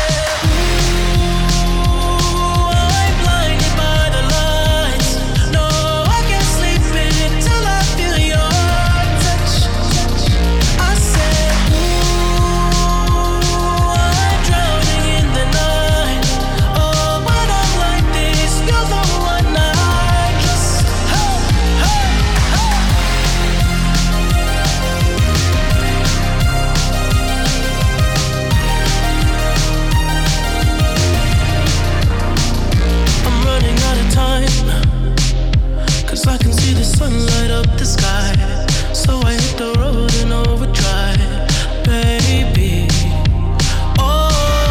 I can see the sun light up the sky, so I hit the road in overdrive, baby. Oh,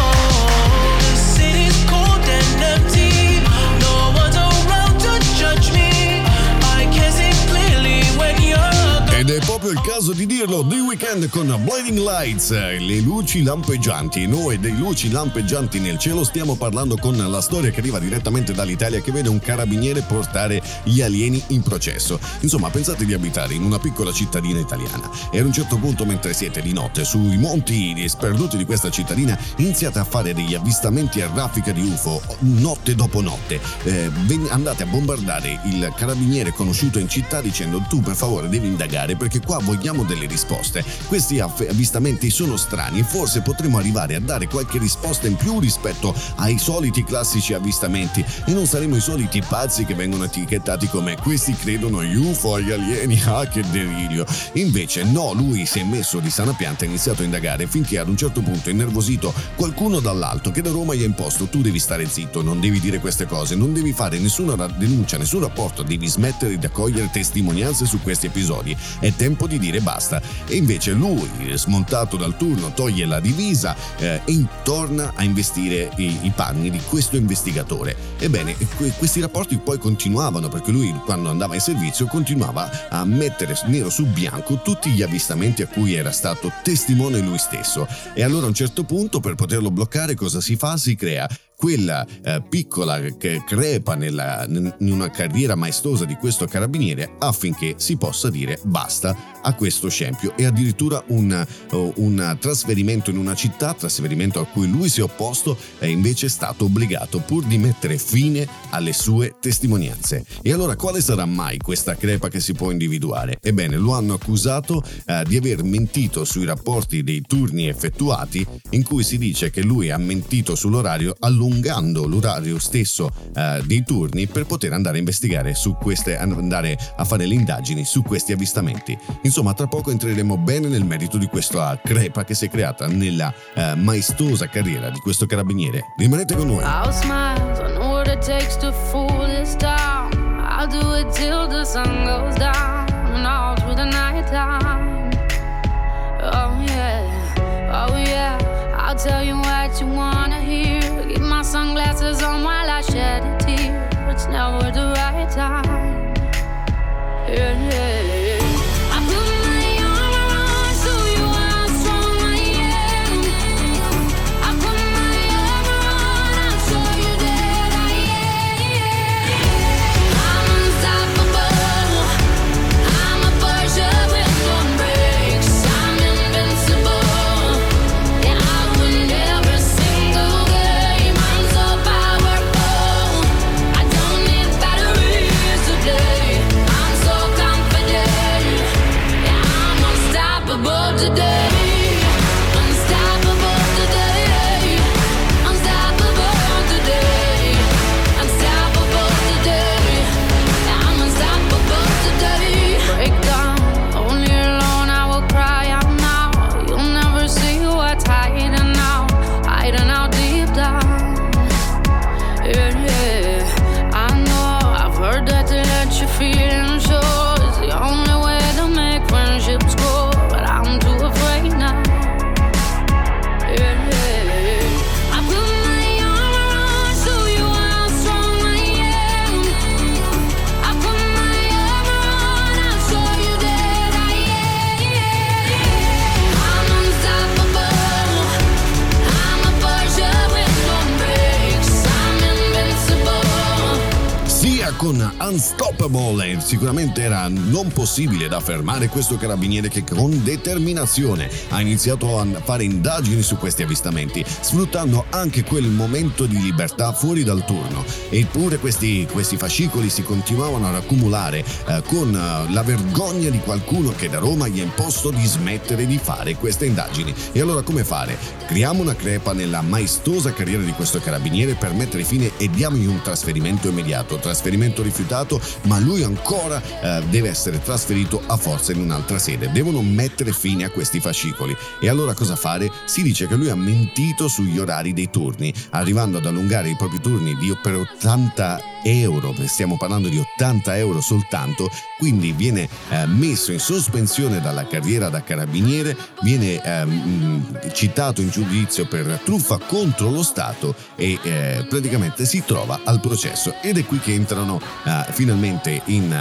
the city's cold and empty. No one's around to judge me. I can see clearly when you're gone. Ed è proprio il caso di dirlo, The Weeknd con Blinding Lights, le luci lampeggianti. Noi dei luci lampeggianti nel cielo stiamo parlando con la storia che arriva direttamente dall'Italia che vede un carabiniere portare gli alieni in processo. Insomma, pensate di abitare in una piccola cittadina italiana e ad un certo punto mentre siete di notte sui monti sperduti di questa cittadina iniziate a fare degli avvistamenti a raffica di UFO notte dopo notte. Andate a bombardare il carabiniere conosciuto in città dicendo tu per favore devi indagare perché qua vogliamo delle risposte. Questi avvistamenti sono strani e forse potremo arrivare a dare qualche risposta in più rispetto ai soliti classici avvistamenti e non saremo i soliti pazzi che vengono etichettati come questi credono agli UFO, agli alieni, che delirio. Invece no, lui si è messo di sana pianta e ha iniziato a indagare finché ad un certo punto, innervosito, qualcuno dall'alto che da Roma gli ha imposto tu devi stare zitto, non devi dire queste cose, non devi fare nessuna denuncia, nessun rapporto, devi smettere di accogliere testimonianze su questi episodi, è tempo di dire basta. E invece lui, smontato dal turno, toglie la divisa e torna a investire i panni di questo investigatore. Ebbene, questi rapporti poi continuavano perché lui quando andava in servizio continuava a mettere nero su bianco tutti gli avvistamenti a cui era stato testimone lui stesso. E allora a un certo punto, per poterlo bloccare, cosa si fa? Si crea quella piccola crepa in una carriera maestosa di questo carabiniere affinché si possa dire basta a questo scempio e addirittura un trasferimento in una città, trasferimento a cui lui si è opposto, è invece stato obbligato pur di mettere fine alle sue testimonianze. E allora quale sarà mai questa crepa che si può individuare? Ebbene, lo hanno accusato di aver mentito sui rapporti dei turni effettuati in cui si dice che lui ha mentito sull'orario all'ora allungando l'orario stesso dei turni per poter andare a investigare andare a fare le indagini su questi avvistamenti. Insomma, tra poco entreremo bene nel merito di questa crepa che si è creata nella maestosa carriera di questo carabiniere. Rimanete con noi. I'll smile, I know what it takes to fool this town. I'll do it till the sun goes down and all through the night time. Oh yeah, I'll tell you what you wanna hear. Keep my sunglasses on while I shed a tear. It's never the right time. Yeah. I put my arm around so you how strong I am. I put my arm around, I'll show you that I am. I'm unstoppable. I'm a Porsche with no brakes. I'm invincible. Yeah, I win every single game. I'm so powerful. I don't need batteries to play. I'm so confident. Yeah, I'm unstoppable today. Unstoppable today. Unstoppable today. Unstoppable today. Yeah, I'm unstoppable today. Break down, only alone I will cry out now. You'll never see what's hiding out deep down. Yeah. I know, I've heard that to let your feelings show is the only way to make friendships grow, but I'm too afraid now. Yeah. I put my arm around, show you how strong I am. I put my arm around, I'll show you that I am. I'm unstoppable. I'm a Porsche with no brakes. I'm invincible. Sia con Unstoppable sicuramente era non possibile da fermare questo carabiniere che con determinazione ha iniziato a fare indagini su questi avvistamenti, sfruttando anche quel momento di libertà fuori dal turno. Eppure questi fascicoli si continuavano ad accumulare con la vergogna di qualcuno che da Roma gli ha imposto di smettere di fare queste indagini. E allora come fare? Creiamo una crepa nella maestosa carriera di questo carabiniere per mettere fine e diamogli un trasferimento immediato, trasferimento rifiutato, ma lui ancora deve essere trasferito a forza in un'altra sede. Devono mettere fine a questi fascicoli. E allora cosa fare? Si dice che lui ha mentito sugli orari dei turni, arrivando ad allungare i propri turni per 80 euro, stiamo parlando di 80 euro soltanto, quindi viene messo in sospensione dalla carriera da carabiniere, viene citato in giudizio per truffa contro lo Stato e praticamente si trova al processo. Ed è qui che entrano finalmente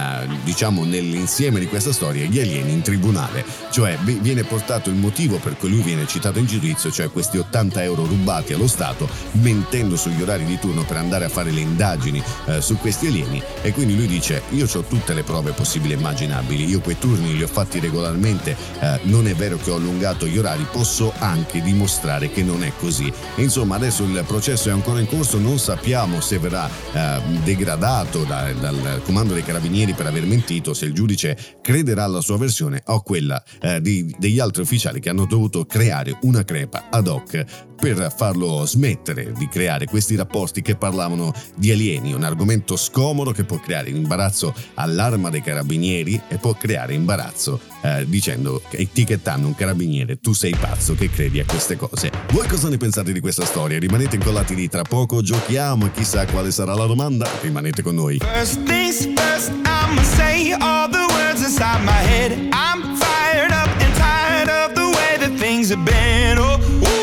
nell'insieme di questa storia gli alieni in tribunale, cioè viene portato il motivo per cui lui viene citato in giudizio, cioè questi 80 euro rubati allo Stato mentendo sugli orari di turno per andare a fare le indagini su questi alieni. E quindi lui dice: io ho tutte le prove possibili e immaginabili, io quei turni li ho fatti regolarmente, non è vero che ho allungato gli orari, posso anche dimostrare che non è così. E insomma adesso il processo è ancora in corso, non sappiamo se verrà degradato dal comando dei carabinieri per aver mentito, se il giudice crederà alla sua versione o quella degli altri ufficiali che hanno dovuto creare una crepa ad hoc per farlo smettere di creare questi rapporti che parlavano di alieni, un argomento scomodo che può creare imbarazzo all'arma dei carabinieri e può creare imbarazzo dicendo, etichettando un carabiniere: tu sei pazzo che credi a queste cose. Voi cosa ne pensate di questa storia? Rimanete incollati lì, tra poco giochiamo e chissà quale sarà la domanda. Rimanete con noi. First things first, I'ma say all the words inside my head. I'm fired up and tired of the way that things have been. Oh,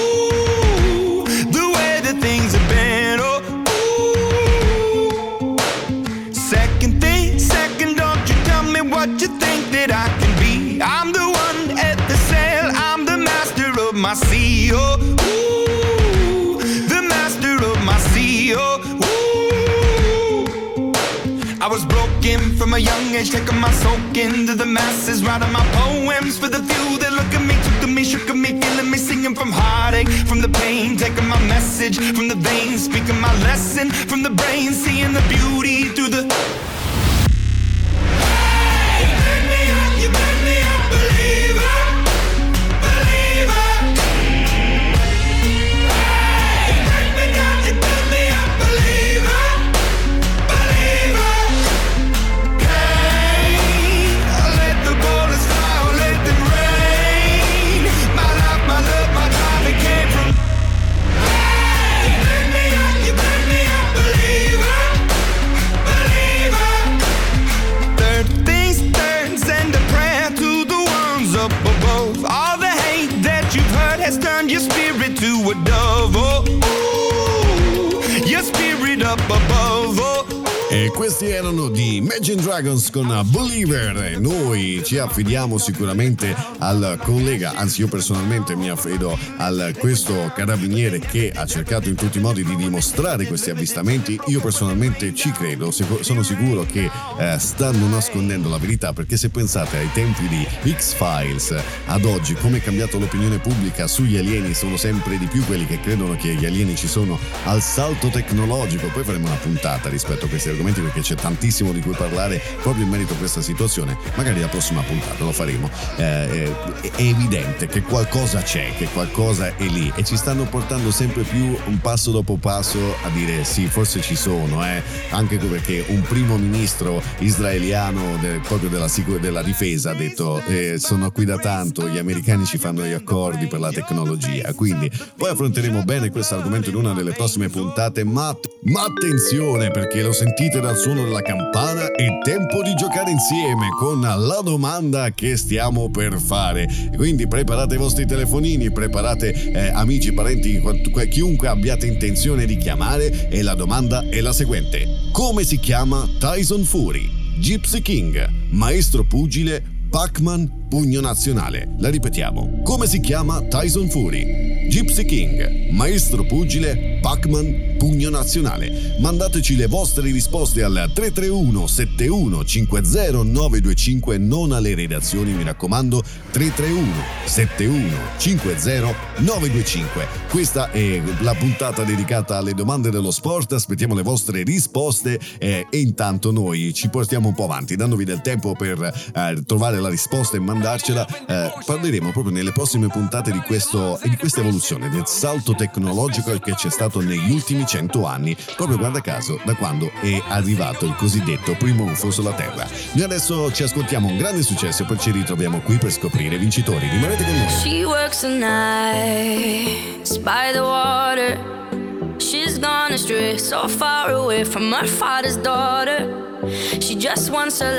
ooh, the way that things have been. Oh, ooh. Second thing, second, don't you tell me what you think that I can be. I'm the one at the sail, I'm the master of my sea. Oh, ooh, the master of my sea. Oh, I was broken from a young age, taking my soak into the masses, writing my poems for the few that look at me, took to me, shook at me, feeling me, singing from heartache, from the pain, taking my message from the veins, speaking my lesson from the brain, seeing the beauty through the... Hey, you made me a believer, believer. Hey, you made me down, you built me spirit to a dove, oh, ooh, your spirit up above, oh. E questi erano di Imagine Dragons con Believer. Noi ci affidiamo sicuramente al collega, anzi io personalmente mi affido a questo carabiniere che ha cercato in tutti i modi di dimostrare questi avvistamenti. Io personalmente ci credo, sono sicuro che stanno nascondendo la verità, perché se pensate ai tempi di X-Files ad oggi, come è cambiato l'opinione pubblica sugli alieni, sono sempre di più quelli che credono che gli alieni ci sono al salto tecnologico. Poi faremo una puntata rispetto a questi argomenti, perché c'è tantissimo di cui parlare proprio in merito a questa situazione. Magari la prossima puntata lo faremo. È evidente che qualcosa c'è, che qualcosa è lì, e ci stanno portando sempre più un passo dopo passo a dire sì, forse ci sono, anche perché un primo ministro israeliano proprio della difesa ha detto sono qui da tanto, gli americani ci fanno gli accordi per la tecnologia. Quindi poi affronteremo bene questo argomento in una delle prossime puntate, ma attenzione, perché lo sentite dal suono della campana, è tempo di giocare insieme con la domanda che stiamo per fare. Quindi preparate i vostri telefonini, preparate amici, parenti, chiunque abbiate intenzione di chiamare, e la domanda è la seguente: come si chiama Tyson Fury? Gypsy King, maestro pugile, Pac-Man, pugno nazionale. La ripetiamo: come si chiama Tyson Fury? Gypsy King, maestro pugile, Pac-Man, pugno nazionale. Mandateci le vostre risposte al 331 71 50 925, non alle redazioni, mi raccomando, 331 71 50 925. Questa è la puntata dedicata alle domande dello sport. Aspettiamo le vostre risposte e intanto noi ci portiamo un po' avanti, dandovi del tempo per trovare la risposta e mandarcela. Parleremo proprio nelle prossime puntate di questa evoluzione, del salto tecnologico che c'è stato negli ultimi 100 anni, proprio guarda caso da quando è arrivato il cosiddetto primo UFO sulla Terra. Noi adesso ci ascoltiamo un grande successo e poi ci ritroviamo qui per scoprire i vincitori. Rimanete con noi. She works the nights by the water. She's gone astray, so far away from her father's daughter. She just wants her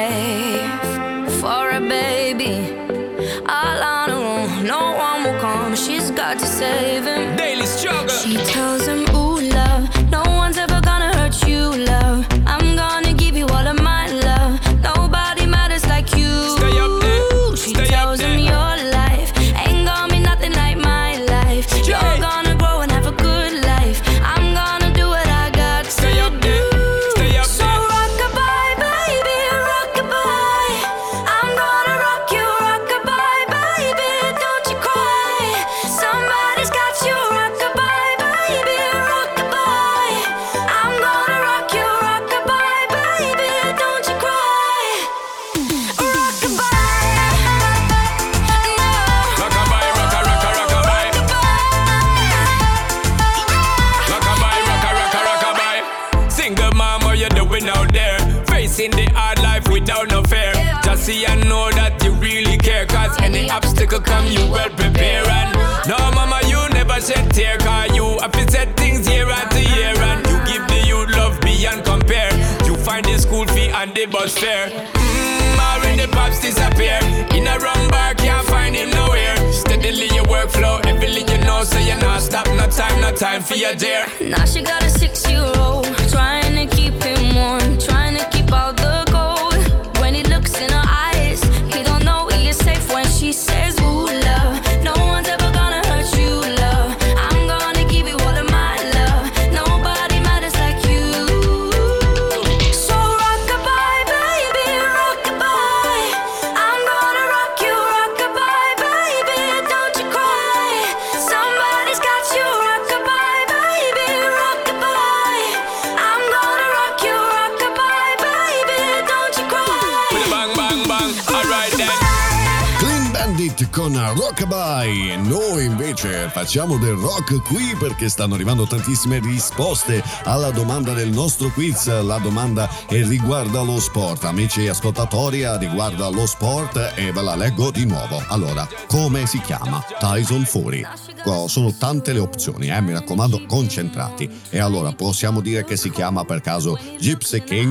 life for a baby. All on her own, no one will come. She's got to save him. Daily struggle. She tells him, ooh, love, no one's ever gonna hurt you, love. I'm gonna give you all of my love. Nobody matters like you. Stay up there. She Stay tells up him, there. your life ain't gonna be nothing like my life. You're gonna grow and have a good life. I'm gonna do what I got to Stay up there. Stay up so there. rock-a-bye, baby, rock-a-bye. I'm gonna rock you, rock-a-bye, baby, don't you cry. Somebody's got you, rock-a-bye, baby, rock-a-bye. I'm gonna rock you, rock-a-bye, baby, don't you cry. Rock-a-bye, no. Rockabye, rocka, rocka, rockabye. Rockabye, rocka, rocka, rockabye. Single mom, what you doing out there? Facing the hard life without no fear. Just see and know that you really care, cause any obstacle come, you well prepare. And no mama, you never shed tear, cause you have to set things year after year. And you give the youth love beyond compare. You find the school fee and the bus fare. Or when the pops disappear, in a wrong bar, can't find him nowhere. Steadily your workflow, everything you know, so you're not stop, no time for your dear. Now she got a 6-year-old, trying to keep him warm, trying to keep out the cold. When he looks in her eyes, he don't know he is safe when she says, ooh, love, no one's ever gonna hurt you, love. I'm gonna give you all of my love. Nobody matters like you. So rock-a-bye, baby, rock-a-bye. I'm gonna rock you, rock-a-bye, baby, don't you cry. Somebody's got you, rock-a-bye, baby, rock-a-bye. I'm gonna rock you, rock-a-bye, baby, don't you cry. Bang, bang, bang, alright then. Clean Bandit con Rockabye. Noi invece facciamo del rock qui, perché stanno arrivando tantissime risposte alla domanda del nostro quiz. La domanda riguarda lo sport, amici ascoltatori, riguarda lo sport e ve la leggo di nuovo. Allora, come si chiama Tyson Fury? Sono tante le opzioni, mi raccomando, concentrati. E allora, possiamo dire che si chiama per caso Gypsy King,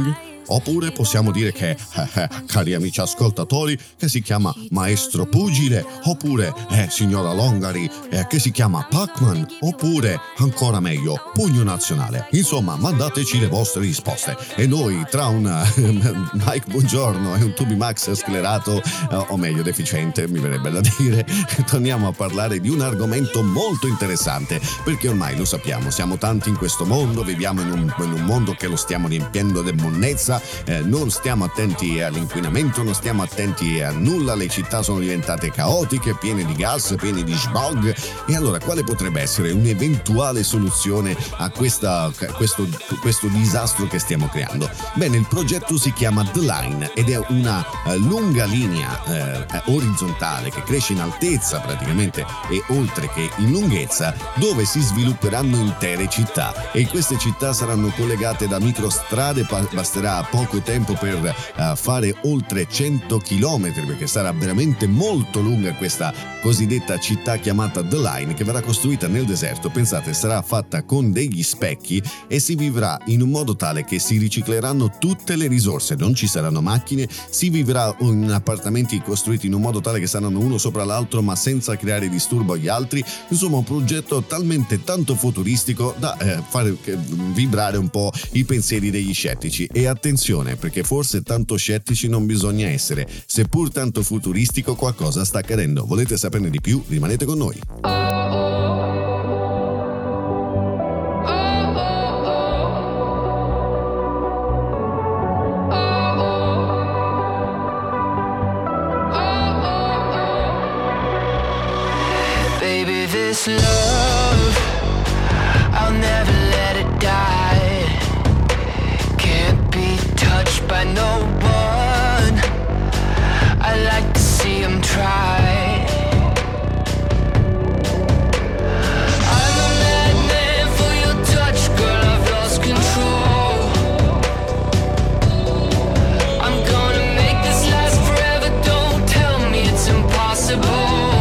oppure possiamo dire che, cari amici ascoltatori, che si chiama Maestro Pugile, oppure Signora Longari, che si chiama Pac-Man, oppure ancora meglio Pugno Nazionale. Insomma, mandateci le vostre risposte e noi tra un Mike Buongiorno e un Tubi Max sclerato, o meglio deficiente mi verrebbe da dire, torniamo a parlare di un argomento molto interessante, perché ormai lo sappiamo, siamo tanti in questo mondo, viviamo in un mondo che lo stiamo riempiendo di monnezza, non stiamo attenti all'inquinamento, non stiamo attenti a nulla, le città sono diventate caotiche, piene di gas, piene di smog. E allora quale potrebbe essere un'eventuale soluzione a questo disastro che stiamo creando? Bene, il progetto si chiama The Line ed è una lunga linea orizzontale che cresce in altezza praticamente e oltre che in lunghezza, dove si svilupperanno intere città, e queste città saranno collegate da microstrade. Basterà poco tempo per fare oltre 100 km, perché sarà veramente molto lunga questa cosiddetta città chiamata The Line, che verrà costruita nel deserto. Pensate, sarà fatta con degli specchi e si vivrà in un modo tale che si ricicleranno tutte le risorse, non ci saranno macchine, si vivrà in appartamenti costruiti in un modo tale che saranno uno sopra l'altro ma senza creare disturbo agli altri. Insomma, un progetto talmente tanto futuristico da fare vibrare un po' i pensieri degli scettici. E attenzione, perché forse tanto scettici non bisogna essere, seppur tanto futuristico qualcosa sta accadendo. Volete saperne di più? Rimanete con noi. Baby, this love, I'll never let it die. Can't be touched by no one. I like to see him try. I'm a madman for your touch, girl, I've lost control. I'm gonna make this last forever, don't tell me it's impossible.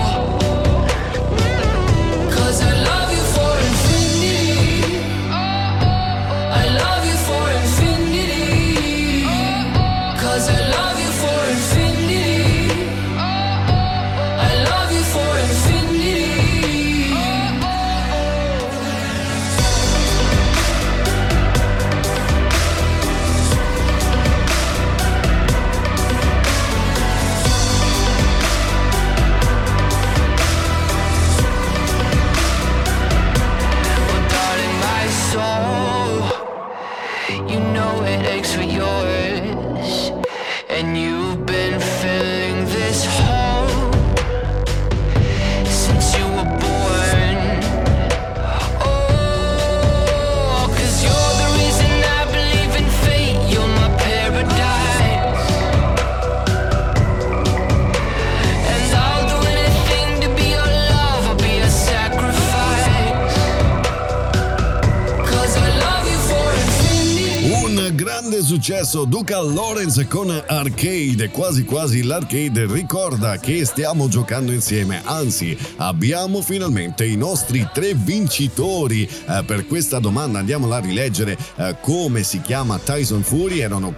Successo Duca Lawrence con Arcade, quasi quasi l'Arcade ricorda che stiamo giocando insieme, anzi abbiamo finalmente i nostri 3 vincitori per questa domanda. Andiamola a rileggere. Come si chiama Tyson Fury? Erano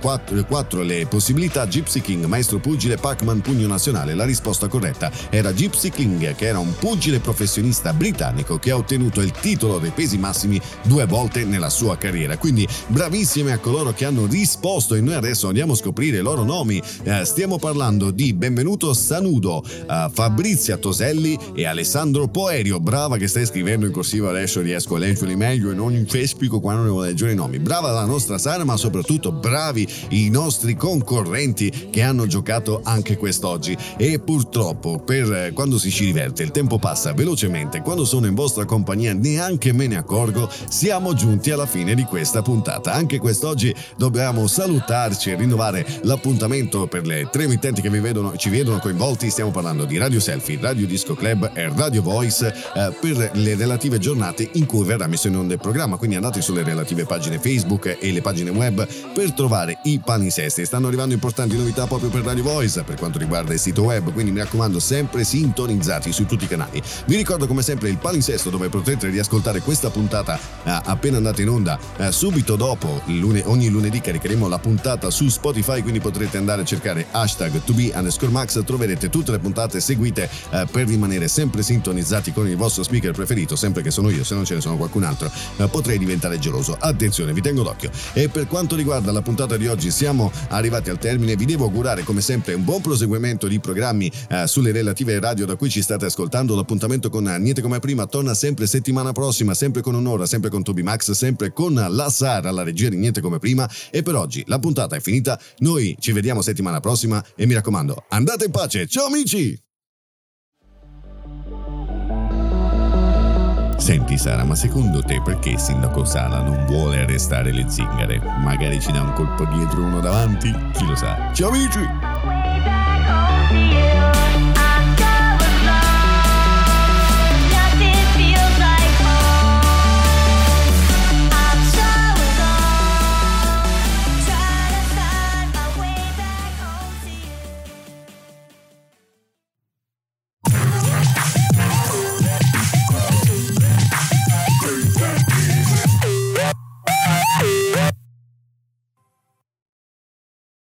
4 le possibilità: Gypsy King, Maestro Pugile, Pac-Man, Pugno Nazionale. La risposta corretta era Gypsy King, che era un pugile professionista britannico che ha ottenuto il titolo dei pesi massimi 2 volte nella sua carriera. Quindi bravissime a coloro che hanno risposto, e noi adesso andiamo a scoprire i loro nomi. Stiamo parlando di Benvenuto Sanudo, Fabrizia Toselli e Alessandro Poerio. Brava che stai scrivendo in corsiva, adesso riesco a leggerli meglio e non infespico quando devo leggere i nomi. Brava la nostra Sara, ma soprattutto bravi i nostri concorrenti che hanno giocato anche quest'oggi. E purtroppo per quando si ci diverte il tempo passa velocemente, quando sono in vostra compagnia neanche me ne accorgo. Siamo giunti alla fine di questa puntata. Anche quest'oggi dobbiamo salutarci e rinnovare l'appuntamento per le 3 emittenti che ci vedono coinvolti. Stiamo parlando di Radio Selfie, Radio Disco Club e Radio Voice per le relative giornate in cui verrà messo in onda il programma. Quindi andate sulle relative pagine Facebook e le pagine web per trovare i palinsesti. Stanno arrivando importanti novità proprio per Radio Voice per quanto riguarda il sito web, quindi mi raccomando, sempre sintonizzati su tutti i canali. Vi ricordo come sempre il palinsesto, dove potrete riascoltare questa puntata appena andata in onda subito dopo ogni lunedì che caricheremo la puntata su Spotify, quindi potrete andare a cercare hashtag #2B_Max, troverete tutte le puntate seguite per rimanere sempre sintonizzati con il vostro speaker preferito, sempre che sono io, se non ce ne sono qualcun altro potrei diventare geloso. Attenzione, vi tengo d'occhio. E per quanto riguarda la puntata di oggi siamo arrivati al termine, vi devo augurare come sempre un buon proseguimento di programmi sulle relative radio da cui ci state ascoltando. L'appuntamento con Niente Come Prima torna sempre settimana prossima, sempre con un'ora, sempre con Toby Max, sempre con la Sara alla regia di Niente Come Prima. E per oggi la puntata è finita, noi ci vediamo settimana prossima e mi raccomando, andate in pace, ciao amici! Senti Sara, ma secondo te perché il sindaco Sala non vuole arrestare le zingare? Magari ci dà un colpo dietro uno davanti? Chi lo sa? Ciao amici!